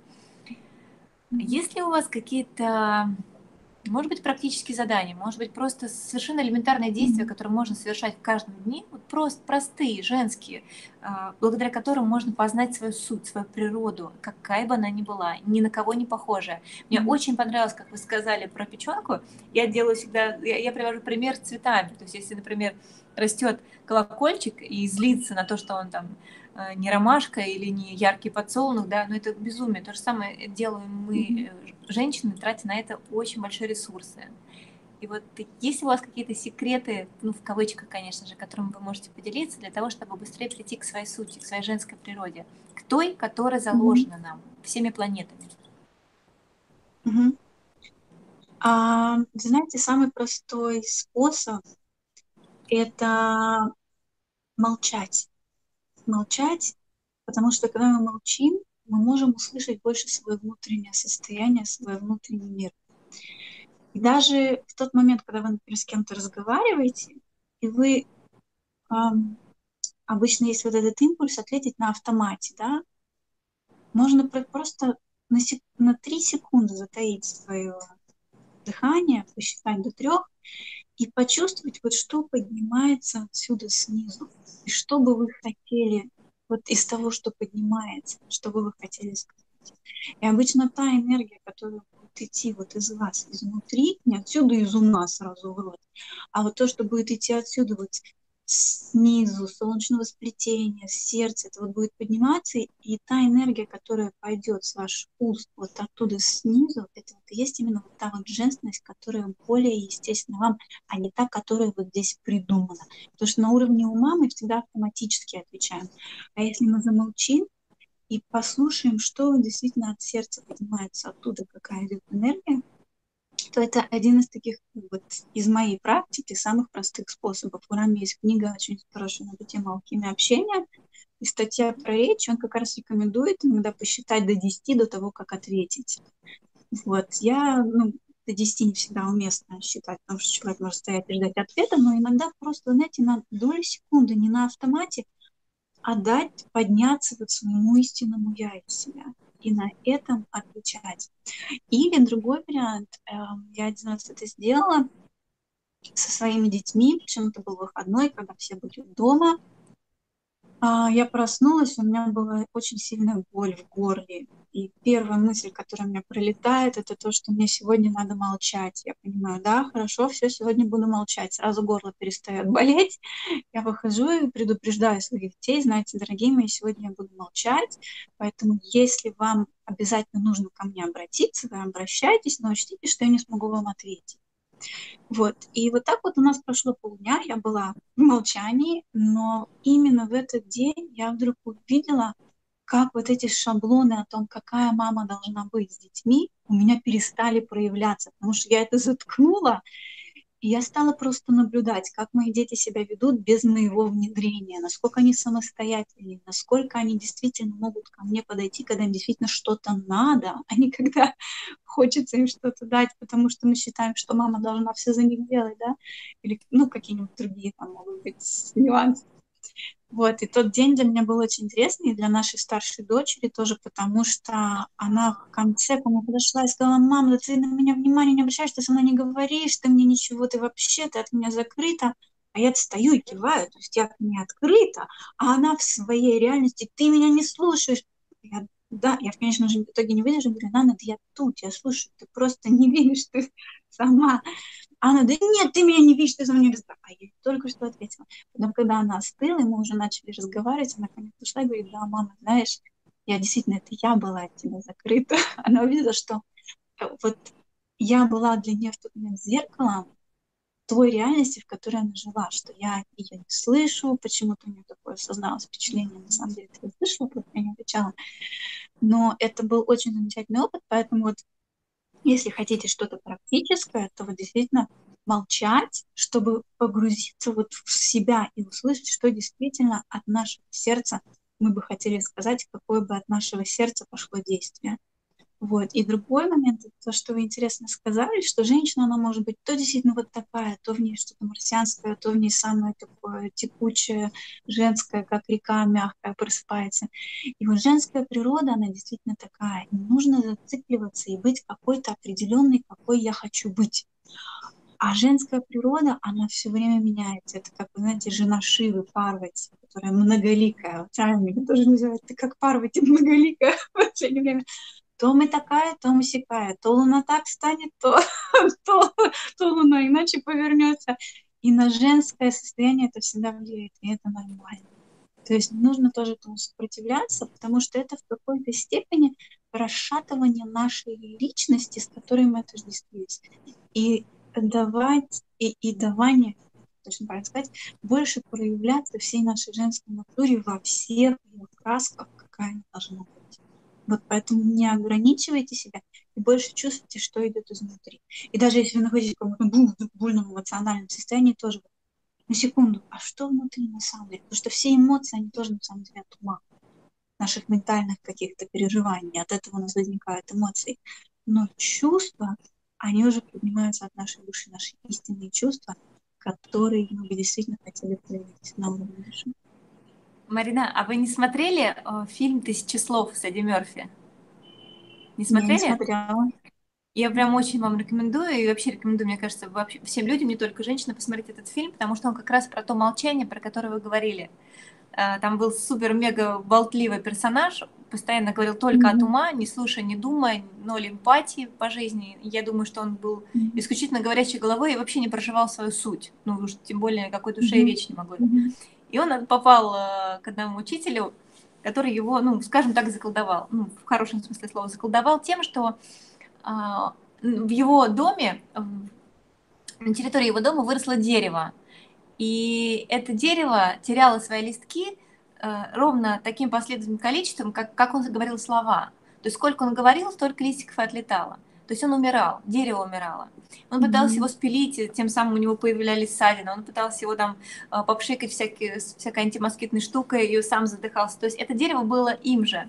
Есть ли у вас какие-то, может быть, практические задания, может быть, просто совершенно элементарные действия, которые можно совершать в каждом дне, вот просто простые, женские, благодаря которым можно познать свою суть, свою природу, какая бы она ни была, ни на кого не похожая. Мне mm-hmm. очень понравилось, как вы сказали про печенку. Я делаю всегда, я, я привожу пример с цветами. То есть, если, например, растет колокольчик и злится на то, что он там не ромашка или не яркий подсолнух, да, но это безумие. То же самое делаем мы, женщины, тратя на это очень большие ресурсы. И вот есть у вас какие-то секреты, ну, в кавычках, конечно же, которыми вы можете поделиться для того, чтобы быстрее прийти к своей сути, к своей женской природе, к той, которая заложена mm-hmm. нам всеми планетами? Mm-hmm. А, вы знаете, самый простой способ – это молчать. Молчать, потому что когда мы молчим, мы можем услышать больше свое внутреннее состояние, свой внутренний мир. И даже в тот момент, когда вы, например, с кем-то разговариваете, и вы эм, обычно есть вот этот импульс ответить на автомате, да, можно просто на, сек- на три секунды затаить свое дыхание, посчитать до трех и почувствовать, вот что поднимается отсюда снизу, и что бы вы хотели вот из того, что поднимается, что бы вы хотели сказать. И обычно та энергия, которая будет идти вот из вас, изнутри, не отсюда из ума сразу в рот, а вот то, что будет идти отсюда вот снизу, солнечного сплетения, сердца, это вот будет подниматься, и та энергия, которая пойдет с ваших уст вот оттуда снизу, это вот и есть именно вот та вот женственность, которая более естественна вам, а не та, которая вот здесь придумана. Потому что на уровне ума мы всегда автоматически отвечаем. А если мы замолчим и послушаем, что действительно от сердца поднимается оттуда, какая идет энергия, то это один из таких, вот, из моей практики, самых простых способов. У Рами есть книга очень хорошая на эту тему «Алхимия общения», и статья про речь, он как раз рекомендует иногда посчитать до десяти до того, как ответить. Вот, я, ну, до десяти не всегда уместно считать, потому что человек может стоять и ждать ответа, но иногда просто, знаете, на долю секунды, не на автомате, а дать подняться вот своему истинному я из себя и на этом отвечать. Или другой вариант, э, я один раз это сделала со своими детьми, причем это был выходной, когда все были дома, А, Я проснулась, у меня была очень сильная боль в горле. И первая мысль, которая у меня пролетает, это то, что мне сегодня надо молчать. Я понимаю, да, хорошо, все, сегодня буду молчать. Сразу горло перестает болеть. Я выхожу и предупреждаю своих детей, знаете, дорогие мои, сегодня я буду молчать. Поэтому если вам обязательно нужно ко мне обратиться, вы обращайтесь, но учтите, что я не смогу вам ответить. Вот. И вот так вот у нас прошло полдня, я была в молчании, но именно в этот день я вдруг увидела, как вот эти шаблоны о том, какая мама должна быть с детьми, у меня перестали проявляться, потому что я это заткнула, и я стала просто наблюдать, как мои дети себя ведут без моего внедрения, насколько они самостоятельны, насколько они действительно могут ко мне подойти, когда им действительно что-то надо, а не когда хочется им что-то дать, потому что мы считаем, что мама должна все за них делать, да, или, ну, какие-нибудь другие там могут быть нюансы. Вот, и тот день для меня был очень интересный, и для нашей старшей дочери тоже, потому что она в конце ко мне подошла и сказала: мам, да ты на меня внимания не обращаешь, ты со мной не говоришь, ты мне ничего, ты вообще, ты от меня закрыта. А я стою и киваю, то есть я от меня открыта, а она в своей реальности: ты меня не слушаешь. Я, да, я, конечно же, в итоге не выдержала, говорю: Нана, да я тут, я слушаю, ты просто не видишь, ты сама. А она: да нет, ты меня не видишь, ты за мной разговариваешь. А я ей только что ответила. Потом, когда она остыла, и мы уже начали разговаривать, она ко мне пришла и говорит: да, мама, знаешь, я действительно, это я была от тебя закрыта. Она увидела, что э, вот я была для нее в тот момент зеркалом той реальности, в которой она жила, что я ее не слышу, почему-то у нее такое создалось впечатление, на самом деле, я слышала, просто я не отвечала. Но это был очень замечательный опыт, поэтому вот если хотите что-то практическое, то вот действительно молчать, чтобы погрузиться вот в себя и услышать, что действительно от нашего сердца мы бы хотели сказать, какое бы от нашего сердца пошло действие. Вот. И другой момент, это то, что вы интересно сказали, что женщина, она может быть то действительно вот такая, то в ней что-то марсианское, то в ней самое такое текучее, женское, как река мягкая, просыпается. И вот женская природа, она действительно такая. Не нужно зацикливаться и быть какой-то определенной, какой я хочу быть. А женская природа, она все время меняется. Это, как вы знаете, жена Шивы, Парвати, которая многоликая. Вот правильно, ее тоже называют, ты как Парвати, многоликая в последнее время. То мы такая, то мы сякая. То луна так станет, то, то, то луна иначе повернется. И на женское состояние это всегда влияет, и это нормально. То есть не нужно тоже этому сопротивляться, потому что это в какой-то степени расшатывание нашей личности, с которой мы отождествились. И давать, и, и давание, точно правильно сказать, больше проявляться всей нашей женской натуре во всех ее красках, какая она должна быть. Вот поэтому не ограничивайте себя и больше чувствуйте, что идет изнутри. И даже если вы находитесь в каком-то бурном эмоциональном состоянии, тоже на секунду, а что внутри на самом деле? Потому что все эмоции, они тоже на самом деле от ума, наших ментальных каких-то переживаний, от этого у нас возникают эмоции. Но чувства, они уже поднимаются от нашей души, наши истинные чувства, которые мы бы действительно хотели проявить на уровне души. Марина, а вы не смотрели э, фильм «Тысяча слов» с Эдди Мерфи? Не Я не смотрели? смотрела. Я прям очень вам рекомендую, и вообще рекомендую, мне кажется, вообще всем людям, не только женщинам, посмотреть этот фильм, потому что он как раз про то молчание, про которое вы говорили. Э, Там был супер-мега болтливый персонаж, постоянно говорил только от Мгм. ума, не слушая, не думая, ноль эмпатии по жизни. Я думаю, что он был Мгм. исключительно говорящей головой и вообще не проживал свою суть. Ну, уж тем более, о какой душе и Мгм. речь не могло. Мгм. И он попал э, к одному учителю, который его, ну, скажем так, заколдовал. Ну, в хорошем смысле слова, заколдовал тем, что а, в его доме, на территории его дома выросло дерево. И это дерево теряло свои листки э, ровно таким последовательным количеством, как, как он говорил слова. То есть сколько он говорил, столько листиков и отлетало. То есть он умирал, дерево умирало. Он пытался его Мгм. спилить, тем самым у него появлялись ссадины. Он пытался его там э, попшикать всякие, всякой антимоскитной штукой, и сам задыхался. То есть это дерево было им же.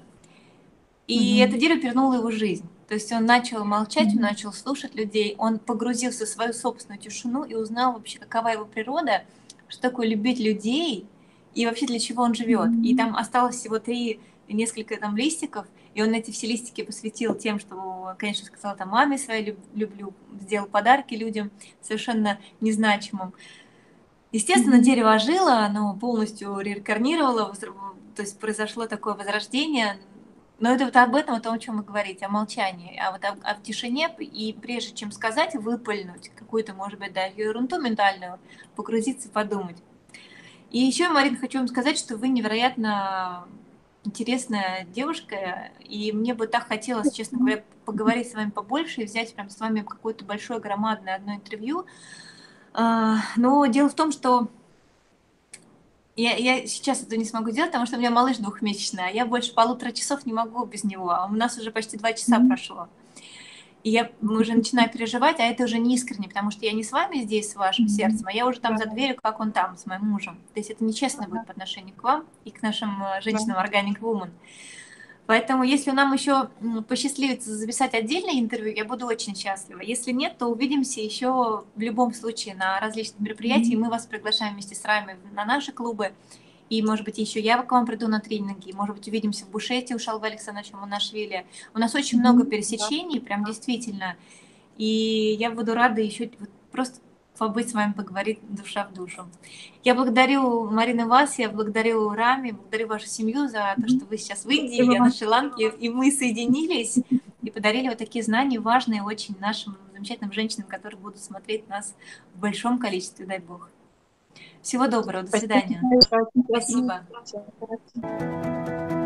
И это Мгм. дерево перевернуло его жизнь. То есть он начал молчать, он Мгм. начал слушать людей, он погрузился в свою собственную тишину и узнал вообще, какова его природа, что такое любить людей и вообще для чего он живет. И Мгм. там осталось всего три, несколько там листиков, и он эти все листики посвятил тем, что, конечно, сказал там маме своей люблю, сделал подарки людям совершенно незначимым. Естественно, дерево ожило, оно полностью реинкарнировало, то есть произошло такое возрождение. Но это вот об этом, о том, о чем вы говорите, о молчании, а вот о, о тишине, и прежде чем сказать, выпальнуть какую-то, может быть, да, ерунду ментальную, погрузиться, подумать. И еще, Марина, хочу вам сказать, что вы невероятно интересная девушка, и мне бы так хотелось, честно говоря, поговорить с вами побольше и взять прям с вами какое-то большое, громадное одно интервью. Но дело в том, что я, я сейчас это не смогу сделать, потому что у меня малыш двухмесячный, а я больше полутора часов не могу без него, а у нас уже почти два часа прошло. И я уже начинаю переживать, а это уже не искренне, потому что я не с вами здесь, с вашим сердцем, а я уже там за дверью, как он там, с моим мужем. То есть это нечестно будет по отношению к вам и к нашим женщинам Organic Woman. Поэтому, если нам еще посчастливится записать отдельное интервью, я буду очень счастлива. Если нет, то увидимся еще в любом случае на различных мероприятиях. Мы вас приглашаем вместе с Рами на наши клубы. И, может быть, еще я к вам приду на тренинги. Может быть, увидимся в Бушете у Шалвы Александровича Манашвили. У нас очень много пересечений, прям действительно. И я буду рада еще просто побыть с вами, поговорить душа в душу. Я благодарю, Марина, вас, я благодарю Рами, благодарю вашу семью за то, что вы сейчас в Индии, я на Шри-Ланке, и мы соединились и подарили вот такие знания важные очень нашим замечательным женщинам, которые будут смотреть нас в большом количестве, дай Бог. Всего доброго, до свидания. Спасибо.